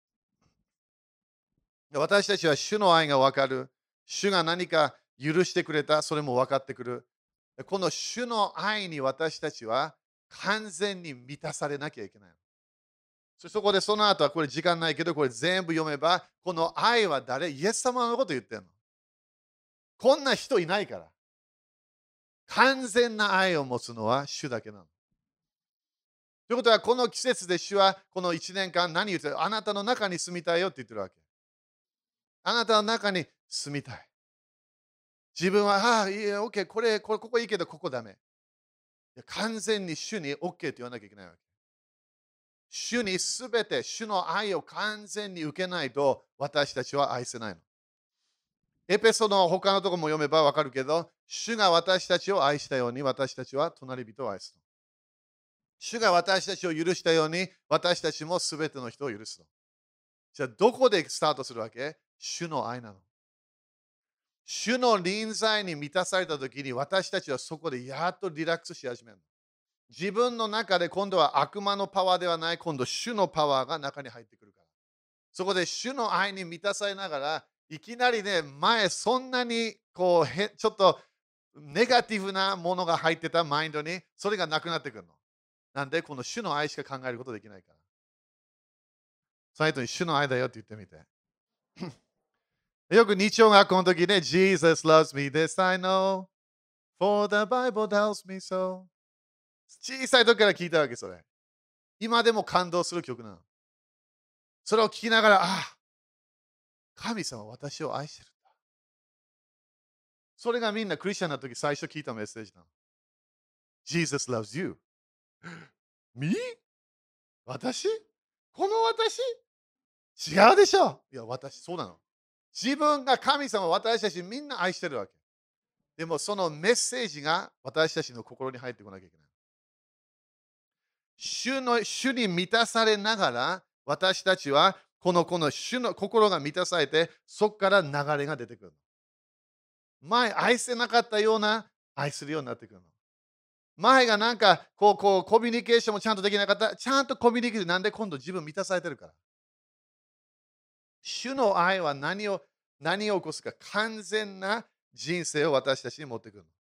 私たちは主の愛が分かる。主が何か許してくれた、それも分かってくる。この主の愛に私たちは完全に満たされなきゃいけない。そこでその後はこれ時間ないけど、これ全部読めば、この愛は誰？イエス様のこと言ってんの。こんな人いないから。完全な愛を持つのは主だけなの。ということは、この季節で主はこの1年間何言ってる？あなたの中に住みたいよって言ってるわけ。あなたの中に住みたい。自分は、ああ、いいよ、OK、ここいいけど、ここダメ。完全に主に OK って言わなきゃいけないわけ。主にすべて、主の愛を完全に受けないと、私たちは愛せないの。エペソの他のところも読めばわかるけど、主が私たちを愛したように、私たちは隣人を愛すの。主が私たちを許したように、私たちもすべての人を許すの。じゃあ、どこでスタートするわけ？主の愛なの。主の臨在に満たされたときに、私たちはそこでやっとリラックスし始めるの。自分の中で今度は悪魔のパワーではない、今度主のパワーが中に入ってくるから。そこで主の愛に満たされながら、いきなりね、前そんなにこうちょっとネガティブなものが入ってたマインドに、それがなくなってくるの。なんで、この主の愛しか考えることできないから。その人に主の愛だよって言ってみて。よく日曜学校の時ね、Jesus loves me, this I know, for the Bible tells me so. 小さい時から聞いたわけ、それ。今でも感動する曲なの。それを聞きながら、ああ、神様は私を愛してるんだ。それがみんなクリスチャンの時最初聞いたメッセージなの。Jesus loves you. Me? 私？この私？違うでしょ。いや、私、そうなの。自分が神様、私たちみんな愛してるわけ。でもそのメッセージが私たちの心に入ってこなきゃいけない。主に満たされながら、私たちはこの主の心が満たされて、そこから流れが出てくるの。前愛せなかったような愛するようになってくるの。前がなんかコミュニケーションもちゃんとできなかった。ちゃんとコミュニケーションなんで今度自分満たされてるから。主の愛は何を起こすか？完全な人生を私たちに持ってくるの。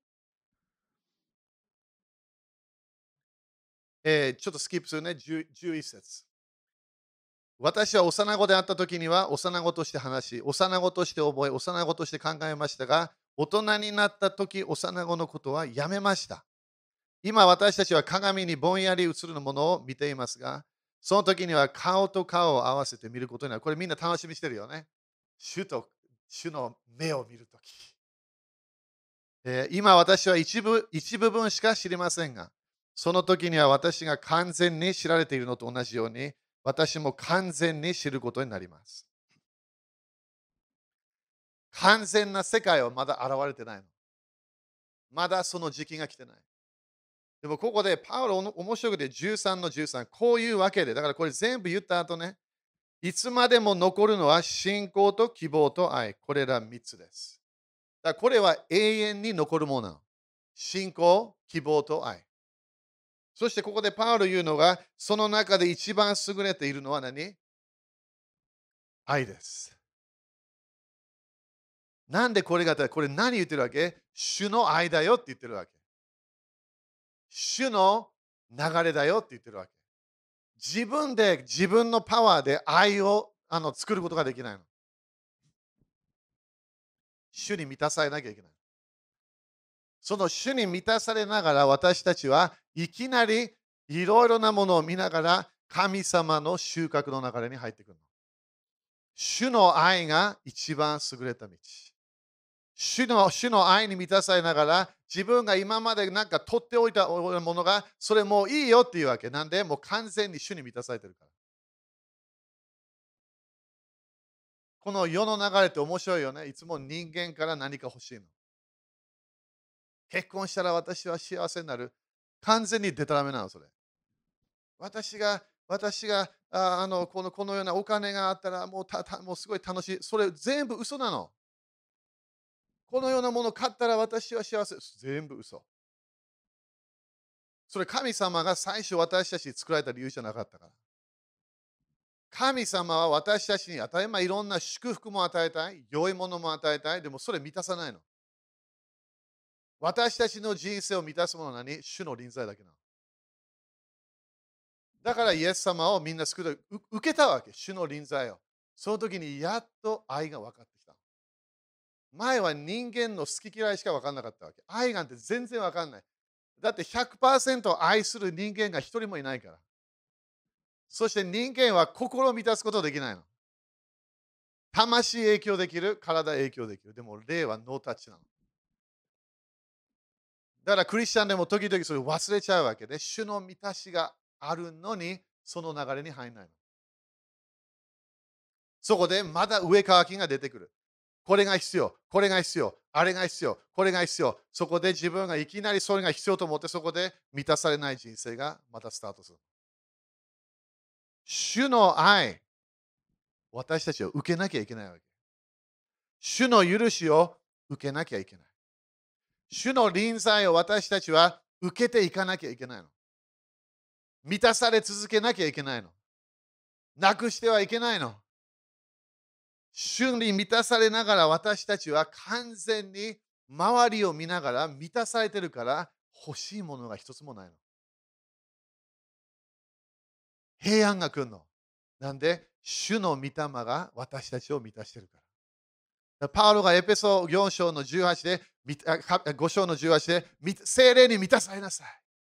ちょっとスキップするね、11節。私は幼子であった時には幼子として話し、幼子として覚え、幼子として考えましたが、大人になった時、幼子のことはやめました。今私たちは鏡にぼんやり映るものを見ていますが、その時には顔と顔を合わせて見ることになる。これみんな楽しみにしてるよね。主の目を見るとき。今私は一部分しか知りませんが、その時には私が完全に知られているのと同じように、私も完全に知ることになります。完全な世界はまだ現れてないの。まだその時期が来てない。でもここでパウロの面白くて13の13、こういうわけで、だからこれ全部言った後ね、いつまでも残るのは信仰と希望と愛、これら3つです。だからこれは永遠に残るものなの。信仰、希望と愛。そしてここでパウロ言うのが、その中で一番優れているのは何？愛です。なんでこれがこれ何言ってるわけ？主の愛だよって言ってるわけ。主の流れだよって言ってるわけ。自分で自分のパワーで愛を作ることができないの。主に満たされなきゃいけない。その主に満たされながら私たちはいきなりいろいろなものを見ながら神様の収穫の流れに入ってくるの。主の愛が一番優れた道。主の愛に満たされながら自分が今までなんか取っておいたものがそれもういいよっていうわけなんでもう完全に主に満たされてるから。この世の流れって面白いよね。いつも人間から何か欲しいの。 結婚したら私は幸せになる。完全にデタラメなの、それ。私がこのようなお金があったらもうすごい楽しい。それ全部嘘なの。このようなものを買ったら私は幸せ。全部嘘。それ神様が最初私たちに作られた理由じゃなかったから。神様は私たちに与え、いろんな祝福も与えたい、良いものも与えたい、でもそれ満たさないの。私たちの人生を満たすものは何？主の臨在だけなの。だからイエス様をみんな救う受けたわけ、主の臨在を。その時にやっと愛が分かってきた。前は人間の好き嫌いしか分かんなかったわけ。愛なんて全然分かんない。だって100% 愛する人間が一人もいないから。そして人間は心を満たすことできないの。魂影響できる、体影響できる。でも霊はノータッチなの。だからクリスチャンでも時々それ忘れちゃうわけで、主の満たしがあるのに、その流れに入らないの。そこでまだ上乾きが出てくる。これが必要、これが必要、あれが必要、これが必要。そこで自分がいきなりそれが必要と思って、そこで満たされない人生がまたスタートする。主の愛、私たちは受けなきゃいけないわけ。主の許しを受けなきゃいけない。主の臨在を私たちは受けていかなきゃいけないの。満たされ続けなきゃいけないの。なくしてはいけないの。主に満たされながら私たちは完全に周りを見ながら満たされてるから欲しいものが一つもないの。平安が来るの。なんで、主の御霊が私たちを満たしてるから。パウロがエペソ4章の18で、5章の18で、聖霊に満たされなさい。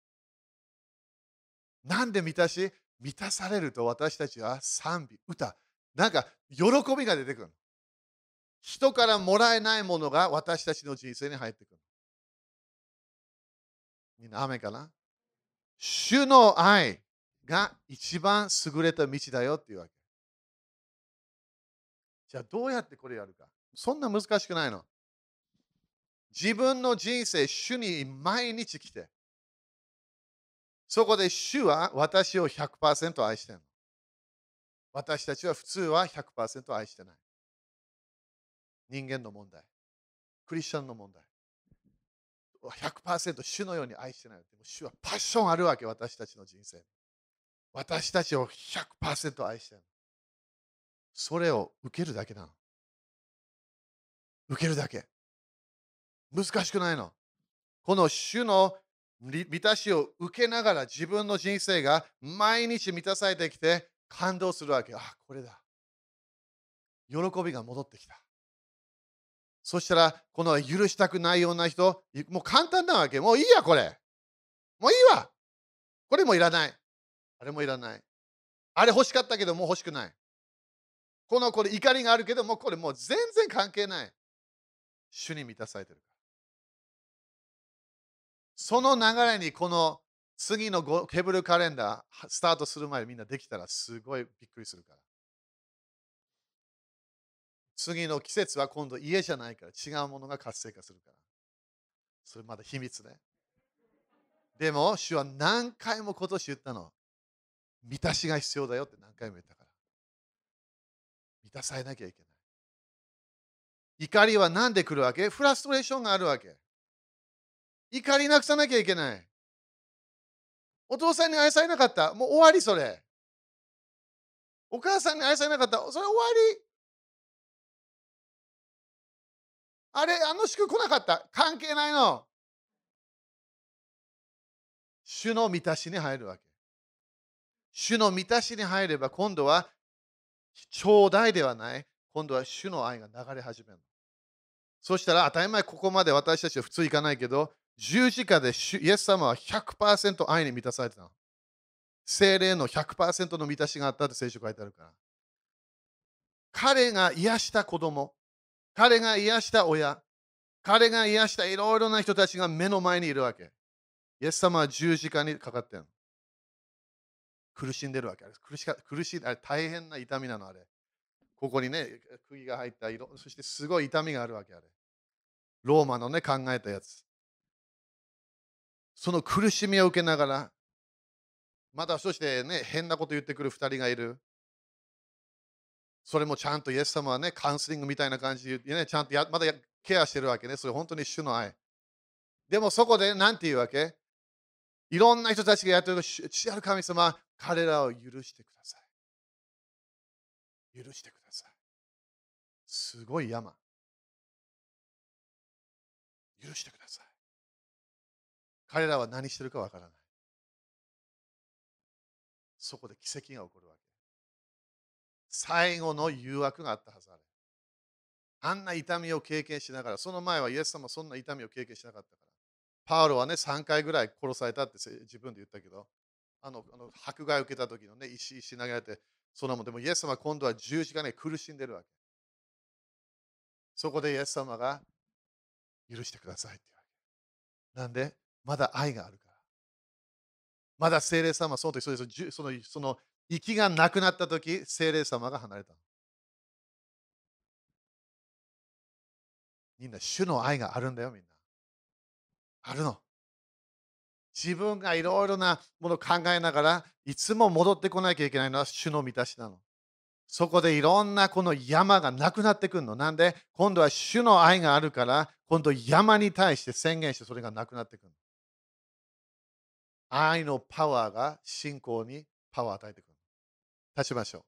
なんで満たされると私たちは賛美、歌、なんか喜びが出てくる。人からもらえないものが私たちの人生に入ってくる。みんな雨かな？主の愛が一番優れた道だよっていうわけ。じゃあどうやってこれやるか？そんな難しくないの。自分の人生、主に毎日来て、そこで主は私を100%愛してるの。私たちは普通は100%愛してない。人間の問題。クリスチャンの問題。100% 主のように愛してない。でも主はパッションあるわけ、私たちの人生。私たちを100%愛してる。それを受けるだけなの。受けるだけ。難しくないの。この主の満たしを受けながら自分の人生が毎日満たされてきて感動するわけ。あ、これだ。喜びが戻ってきた。そしたら、この許したくないような人、もう簡単なわけ。もういいや、これ。もういいわ。これもいらない。あれもいらない。あれ欲しかったけど、もう欲しくない。これ怒りがあるけど、もうこれもう全然関係ない。主に満たされてるから。その流れにこの次のヘブルカレンダースタートする前にみんなできたらすごいびっくりするから。次の季節は今度家じゃないから違うものが活性化するから。それまだ秘密ね。でも主は何回も今年言ったの。満たしが必要だよって何回も言ったから。満たされなきゃいけない。怒りは何で来るわけ？フラストレーションがあるわけ。怒りなくさなきゃいけない。お父さんに愛されなかった。もう終わりそれ。お母さんに愛されなかった。それ終わり。あれ、あの祝来なかった。関係ないの。主の満たしに入るわけ。主の満たしに入れば今度はちょうだいではない。今度は主の愛が流れ始める。そしたら当たり前ここまで私たちは普通行かないけど、十字架でイエス様は100% 愛に満たされてたの。精霊の100%の満たしがあったって聖書書いてあるから。彼が癒した子供、彼が癒した親、彼が癒したいろいろな人たちが目の前にいるわけ。イエス様は十字架にかかってるの。苦しんでるわけ。苦しい、あれ大変な痛みなの、あれ。ここにね、釘が入った色、そしてすごい痛みがあるわけ、あれ。ローマのね、考えたやつ。 その苦しみを受けながら、またそしてね、変なこと言ってくる2人がいる。それもちゃんとイエス様はね、カウンセリングみたいな感じで、ね、ちゃんとまだケアしてるわけね。それ本当に主の愛。でもそこで何て言うわけ？いろんな人たちがやってる父ある神様、彼らを許してください。許してください。すごい山。許してください。彼らは何してるかわからない。そこで奇跡が起こるわけ。最後の誘惑があったはずある。あんな痛みを経験しながら、その前はイエス様はそんな痛みを経験しなかったから。パウロはね、3回ぐらい殺されたって自分で言ったけど、迫害を受けた時のね、石投げられて、そんなもんでもイエス様は今度は十字架ね、苦しんでるわけ。そこでイエス様が許してくださいって言うわけ。なんで、まだ愛があるから。まだ聖霊様はその時、その息がなくなった時、聖霊様が離れたの。みんな、主の愛があるんだよ、みんな。あるの。自分がいろいろなものを考えながら、いつも戻ってこなきゃいけないのは主の満たしなの。そこでいろんなこの山がなくなってくるの。なんで、今度は主の愛があるから、今度山に対して宣言してそれがなくなってくるの。愛のパワーが信仰にパワーを与えてくるの。立ちましょう。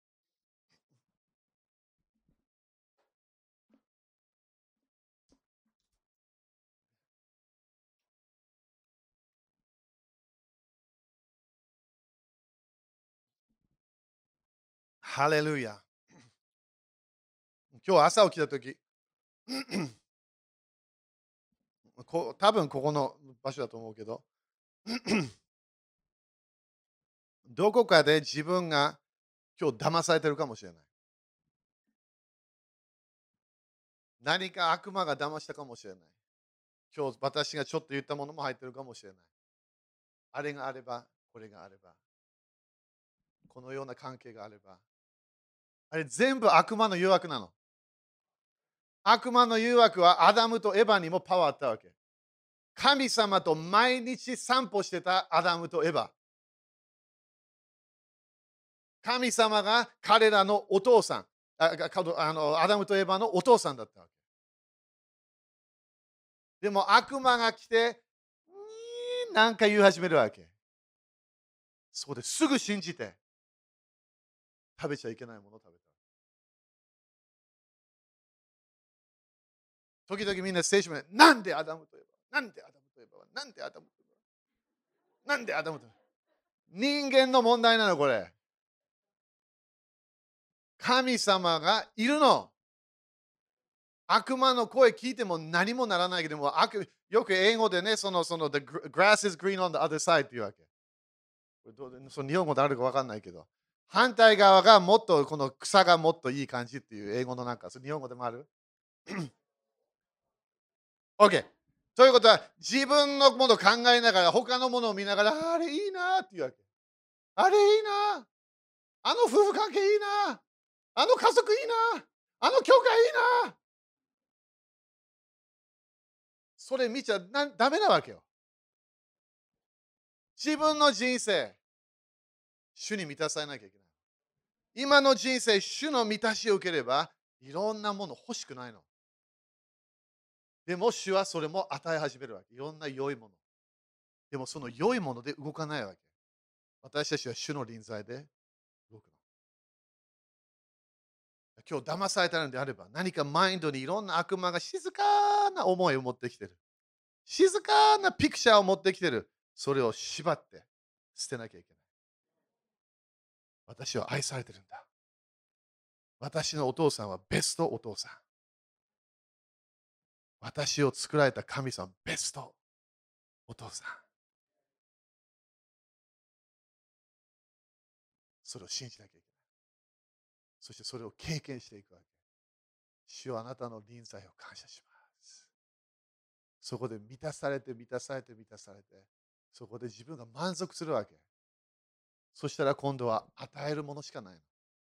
ハレルヤ。今日朝起きたとき、多分ここの場所だと思うけど、どこかで自分が今日騙されてるかもしれない。何か悪魔が騙したかもしれない。今日私がちょっと言ったものも入ってるかもしれない。あれがあれば、これがあれば、このような関係があれば。あれ全部悪魔の誘惑なの。悪魔の誘惑はアダムとエバにもパワーあったわけ。神様と毎日散歩してたアダムとエバ。神様が彼らのお父さん、アダムとエバのお父さんだったわけ。でも悪魔が来て、なんか言い始めるわけ。そこですぐ信じて、食べちゃいけないものを食べた。時々みんな聖書で、なんでアダムとエバなんでアダムとエバはなんでアダムとエバなんでアダムとエバ人間の問題なの、これ。神様がいるの。悪魔の声聞いても何もならないけども、よく英語でね、the grass is green on the other side っていうわけ。その日本語であるか分かんないけど、反対側がもっと、この草がもっといい感じっていう英語のなんか、日本語でもある ?OK。ということは、自分のものを考えながら、他のものを見ながら、あれいいなっていうわけ。あれいいな。あの夫婦関係いいな。あの家族いいな。あの教会いいな。それ見ちゃダメなわけよ。自分の人生、主に満たされなきゃいけない。今の人生、主の満たしを受ければ、いろんなもの欲しくないの。でも主はそれも与え始めるわけ。いろんな良いもの。でもその良いもので動かないわけ。私たちは主の臨在で動くの。今日騙されたのであれば、何かマインドにいろんな悪魔が静かな思いを持ってきてる。静かなピクチャーを持ってきてる。それを縛って捨てなきゃいけない。私は愛されてるんだ。私のお父さんはベストお父さん。私を作られた神様、ベストお父さん。それを信じなきゃいけない。そしてそれを経験していくわけ。主はあなたの臨在を感謝します。そこで満たされて、満たされて、満たされて、そこで自分が満足するわけ。そしたら今度は与えるものしかないの。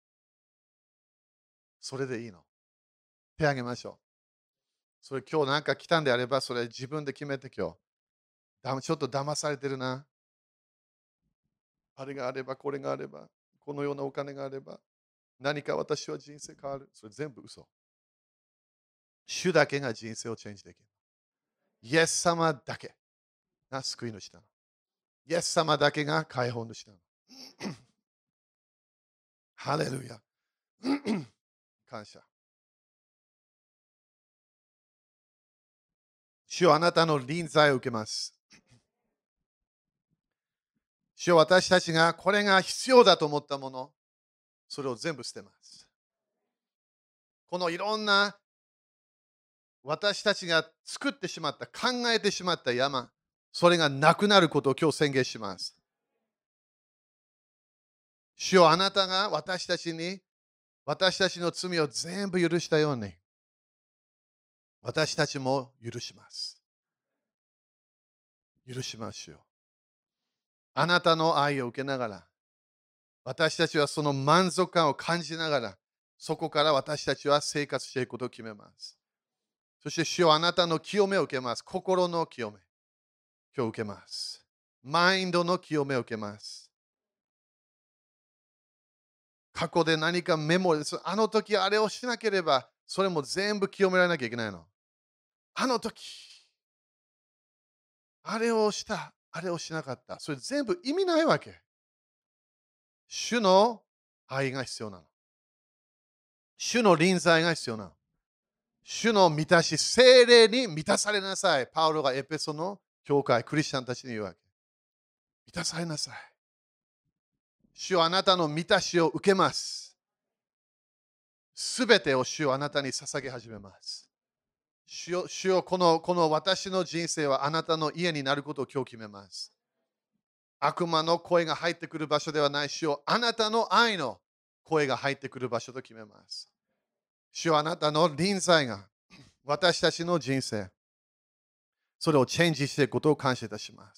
それでいいの。手あげましょう。それ今日なんか来たんであれば、それ自分で決めて今日。 ちょっと騙されてるな。あれがあれば、これがあれば、このようなお金があれば、何か私は人生変わる。それ全部嘘。主だけが人生をチェンジできる。イエス様だけが救い主なの。イエス様だけが解放主なの。ハレルヤ。感謝。主はあなたの臨在を受けます。主は私たちがこれが必要だと思ったもの、それを全部捨てます。このいろんな私たちが作ってしまった、考えてしまった山、それがなくなることを今日宣言します。主よあなたが私たちに、私たちの罪を全部許したように、私たちも許します。許しましょう。あなたの愛を受けながら、私たちはその満足感を感じながら、そこから私たちは生活していくことを決めます。そして主よあなたの清めを受けます。心の清め。今日受けます。マインドの清めを受けます。過去で何かメモです。あの時あれをしなければ、それも全部清められなきゃいけないの。あの時、あれをした、あれをしなかった。それ全部意味ないわけ。主の愛が必要なの。主の臨在が必要なの。主の満たし、精霊に満たされなさい。パウロがエペソの教会、クリスチャンたちに言うわけ。満たされなさい。主はあなたの満たしを受けます。すべてを主をあなたに捧げ始めます。主よこの私の人生はあなたの家になることを今日決めます。悪魔の声が入ってくる場所ではない主よあなたの愛の声が入ってくる場所と決めます。主よあなたの臨在が私たちの人生、それをチェンジしていくことを感謝いたします。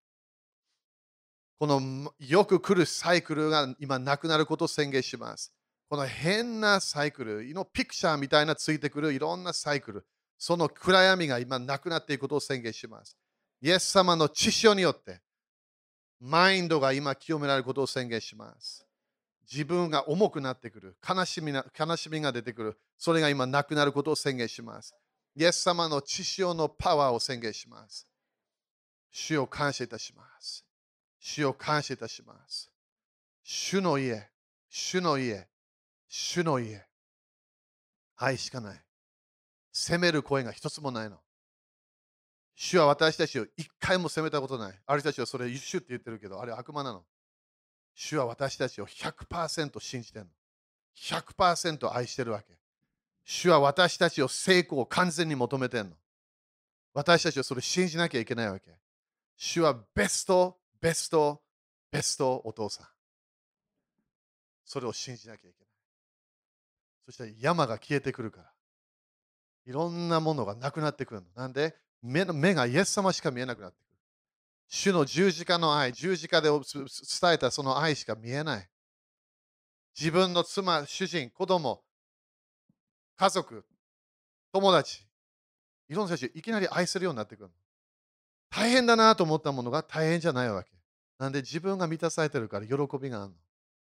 このよく来るサイクルが今なくなることを宣言します。この変なサイクル、ピクチャーみたいなついてくるいろんなサイクル、その暗闇が今なくなっていくことを宣言します。イエス様の血潮によって、マインドが今清められることを宣言します。自分が重くなってくる、悲しみが出てくる、それが今なくなることを宣言します。イエス様の血潮のパワーを宣言します。主を感謝いたします。主を感謝いたします。主の家、主の家、主の家。愛しかない。責める声が一つもないの。主は私たちを一回も責めたことない。ある人たちはそれ主って言ってるけど、あれ悪魔なの。主は私たちを100%信じてるの。100% 愛してるわけ。主は私たちを成功を完全に求めてるの。私たちはそれ信じなきゃいけないわけ。主はベスト、ベスト、ベストお父さん。それを信じなきゃいけない。そして山が消えてくるから。いろんなものがなくなってくるの。なんで目がイエス様しか見えなくなってくる。主の十字架の愛、十字架で伝えたその愛しか見えない。自分の妻、主人、子供、家族、友達、いろんな人たちいきなり愛せるようになってくるの。大変だなと思ったものが大変じゃないわけ。なんで自分が満たされてるから喜びがあるの。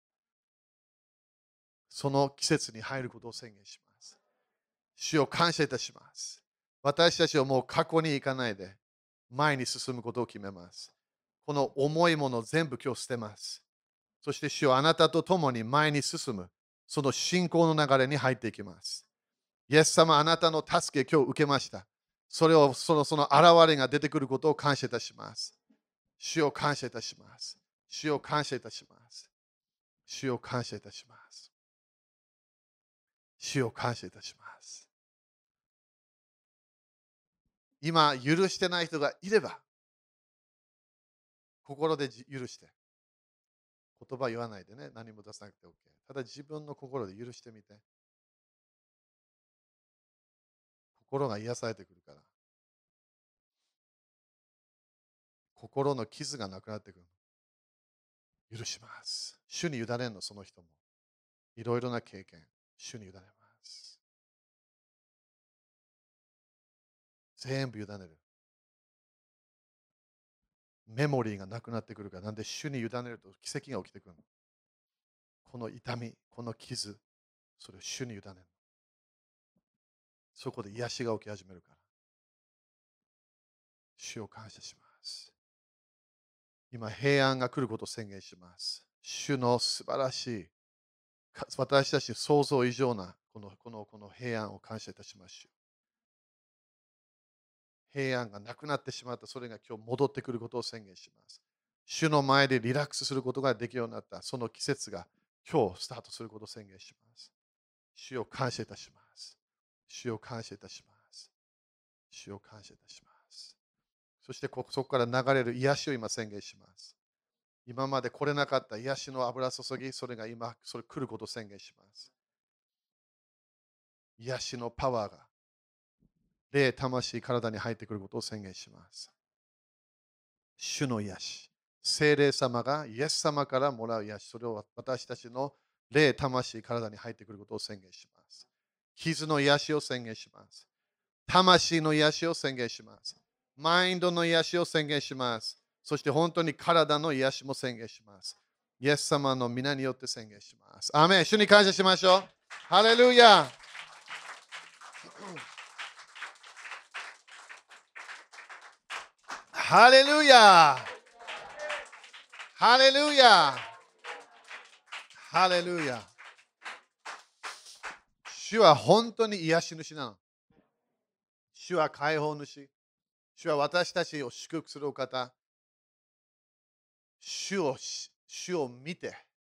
その季節に入ることを宣言します。主を感謝いたします。私たちはもう過去に行かないで前に進むことを決めます。この重いものを全部今日捨てます。そして主はあなたと共に前に進む、その信仰の流れに入っていきます。イエス様、あなたの助け今日受けました。それをその現れが出てくることを感謝いたします。主を感謝いたします。主を感謝いたします。主を感謝いたします。主を感謝いたします。今、許してない人がいれば、心で許して。言葉言わないでね、何も出さなくて OK。ただ自分の心で許してみて。心が癒されてくるから。心の傷がなくなってくるの。許します。主に委ねるの、その人も。いろいろな経験、主に委ねます。全部委ねる。 メモリーがなくなってくるから、なんで主に委ねると奇跡が起きてくるの。この痛み、この傷、それを主に委ねる。そこで癒しが起き始めるから。主を感謝します。今、平安が来ることを宣言します。主の素晴らしい、私たち想像以上なこの平安を感謝いたしましょう。平安がなくなってしまった、それが今日戻ってくることを宣言します。主の前でリラックスすることができるようになった、その季節が今日スタートすることを宣言します。主を感謝いたします。主を感謝いたします。主を感謝いたします。そしてそこから流れる癒しを今宣言します。今まで来れなかった癒しの油注ぎ、それが今、それ来ることを宣言します。癒しのパワーが、霊、魂、体に入ってくることを宣言します。主の癒し、聖霊様がイエス様からもらう癒し、それを私たちの霊、魂、体に入ってくることを宣言します。傷の癒しを宣言します。魂の癒しを宣言します。マインドの癒しを宣言します。そして本当に体の癒しも宣言します。イエス様の皆によって宣言します。アーメン。主に感謝しましょう。ハレルヤ。ハレルヤ。ハレルヤ。ハレルヤ。主は本当に癒し主なの。主は解放主。主は私たちを祝福するお方。主を見て、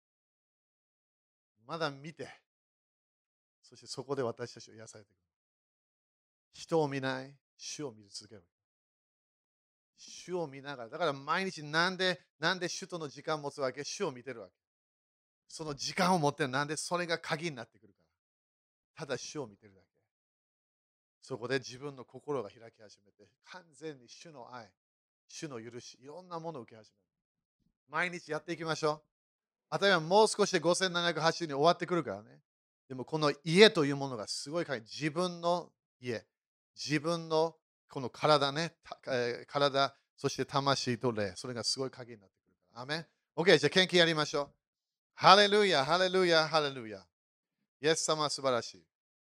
まだ見て、そしてそこで私たちを癒されていく。人を見ない、主を見続ける。主を見ながら、だから毎日なんで主との時間を持つわけ？主を見てるわけ。その時間を持ってる、なんでそれが鍵になってくるから。ただ主を見てるだけ。そこで自分の心が開き始めて、完全に主の愛、主の許し、いろんなものを受け始める。毎日やっていきましょう。あたりはもう少しで5780に終わってくるからね。でもこの家というものがすごい鍵。自分の家、自分のこの体ね、体、そして魂と霊、それがすごい鍵になってくるから。アメン。OK、じゃあ献金やりましょう。ハレルヤ、ハレルヤ、ハレルヤ。イエス様は素晴らしい。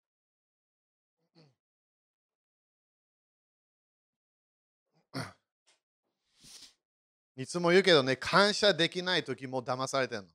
いつも言うけどね、感謝できないときも騙されてるの。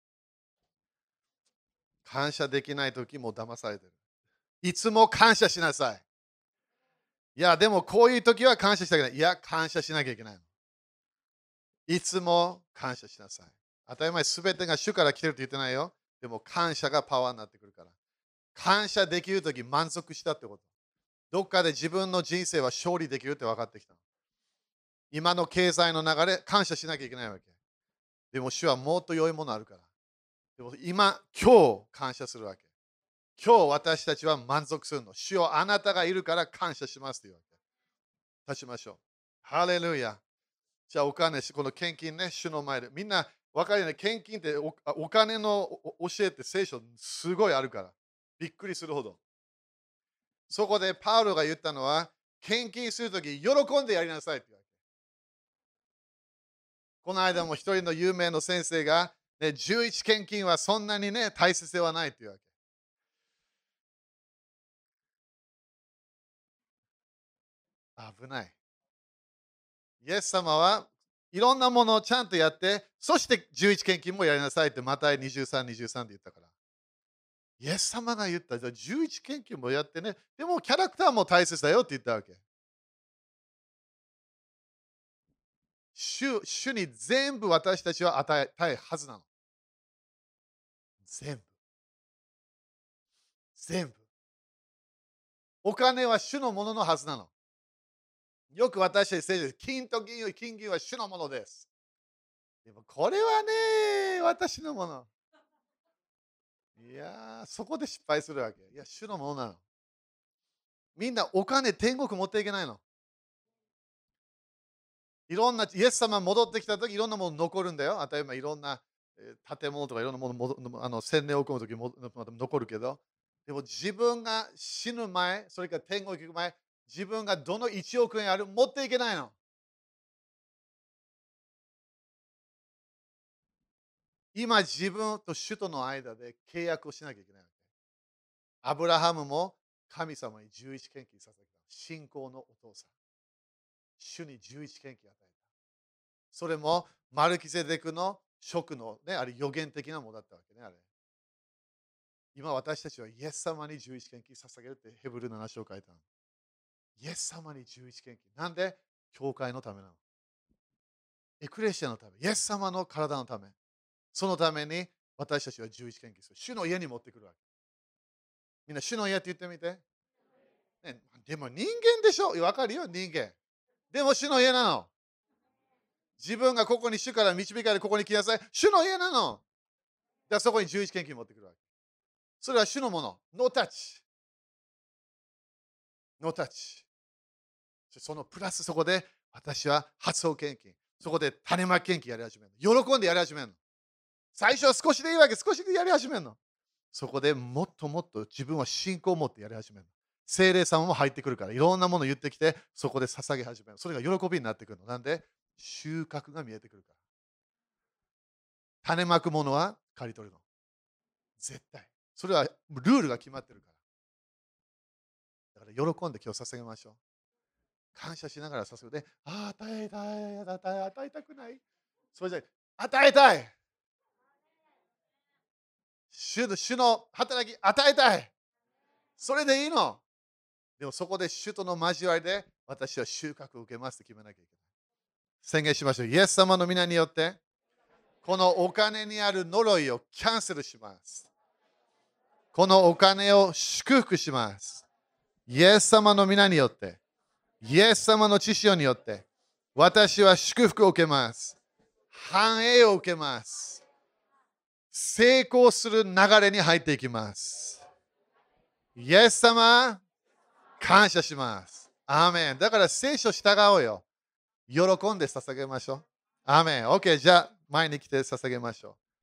感謝できないときも騙されてる。いつも感謝しなさい。いや、でもこういうときは感謝しなきゃいけない。いや、感謝しなきゃいけないの。いつも感謝しなさい。当たり前、すべてが主から来てると言ってないよ。でも感謝がパワーになってくるから。感謝できるとき満足したってこと。どっかで自分の人生は勝利できるって分かってきた。今の経済の流れ、感謝しなきゃいけないわけ。でも主はもっと良いものあるから。でも今日感謝するわけ。今日私たちは満足するの。主よあなたがいるから感謝しますというわけ。立ちましょう。ハレルヤ。じゃあお金、この献金ね、主の前で。みんな分かるよね。献金ってお金の教えって聖書すごいあるから。びっくりするほど。そこでパウロが言ったのは、献金するとき喜んでやりなさいって言うわけ。この間も一人の有名な先生が、ね、11献金はそんなにね、大切ではないって言うわけ。危ない。イエス様はいろんなものをちゃんとやって、そして11献金もやりなさいって、また23、23で言ったから。イエス様が言った、じゃあ11献金もやってね、でもキャラクターも大切だよって言ったわけ。主に全部私たちは与えたいはずなの。全部。全部。お金は主のもののはずなの。よく私たち聖書で金と金銀は主のものです。でもこれはね、私のもの。いやー、そこで失敗するわけ。いや、主のものなの。みんなお金天国持っていけないの。いろんな、イエス様戻ってきたときいろんなもの残るんだよ。例えばいろんな建物とかいろんなもの1000年億の時もまた残るけど、でも自分が死ぬ前、それから天国行く前、自分がどの1億円ある持っていけないの。 今自分と主との間で契約をしなきゃいけないわけ。アブラハムも神様に11献金捧げた。信仰のお父さん。主に11献金与えた。それもマルキゼデクの職の、ね、あれ予言的なものだったわけね、あれ。今私たちはイエス様に11献金捧げるってヘブル7章書いたの。イエス様に11献金。なんで教会のためなの。エクレシアのため。イエス様の体のため。そのために私たちは11献金する。主の家に持ってくるわけ。みんな主の家って言ってみて。ね、でも人間でしょ。わかるよ、人間。でも主の家なの。自分がここに主から導かれここに来なさい。主の家なの。だからそこに11献金持ってくるわけ。それは主のもの。ノータッチ。ノータッチ。そのプラスそこで私は発送献金。そこで種まき献金やり始めるの。喜んでやり始めるの。最初は少しでいいわけ。少しでやり始めるの。そこでもっともっと自分は信仰を持ってやり始めるの。聖霊様も入ってくるから、いろんなものを言ってきて、そこで捧げ始める。それが喜びになってくるの。なんで収穫が見えてくるから。種まくものは刈り取るの。絶対。それはルールが決まってるから。だから喜んで今日捧げましょう。感謝しながら捧げて、与えたい、与えたくない。それじゃ与えたい。主の働き与えたい。それでいいの。でもそこで主との交わりで私は収穫を受けますと決めなきゃいけない。宣言しましょう。イエス様の皆によってこのお金にある呪いをキャンセルします。このお金を祝福します。イエス様の皆によって、イエス様の知識によって、私は祝福を受けます。繁栄を受けます。成功する流れに入っていきます。イエス様、感謝します。アーメン。だから聖書従おうよ。喜んで捧げましょう。アーメン。OK、じゃあ前に来て捧げましょう。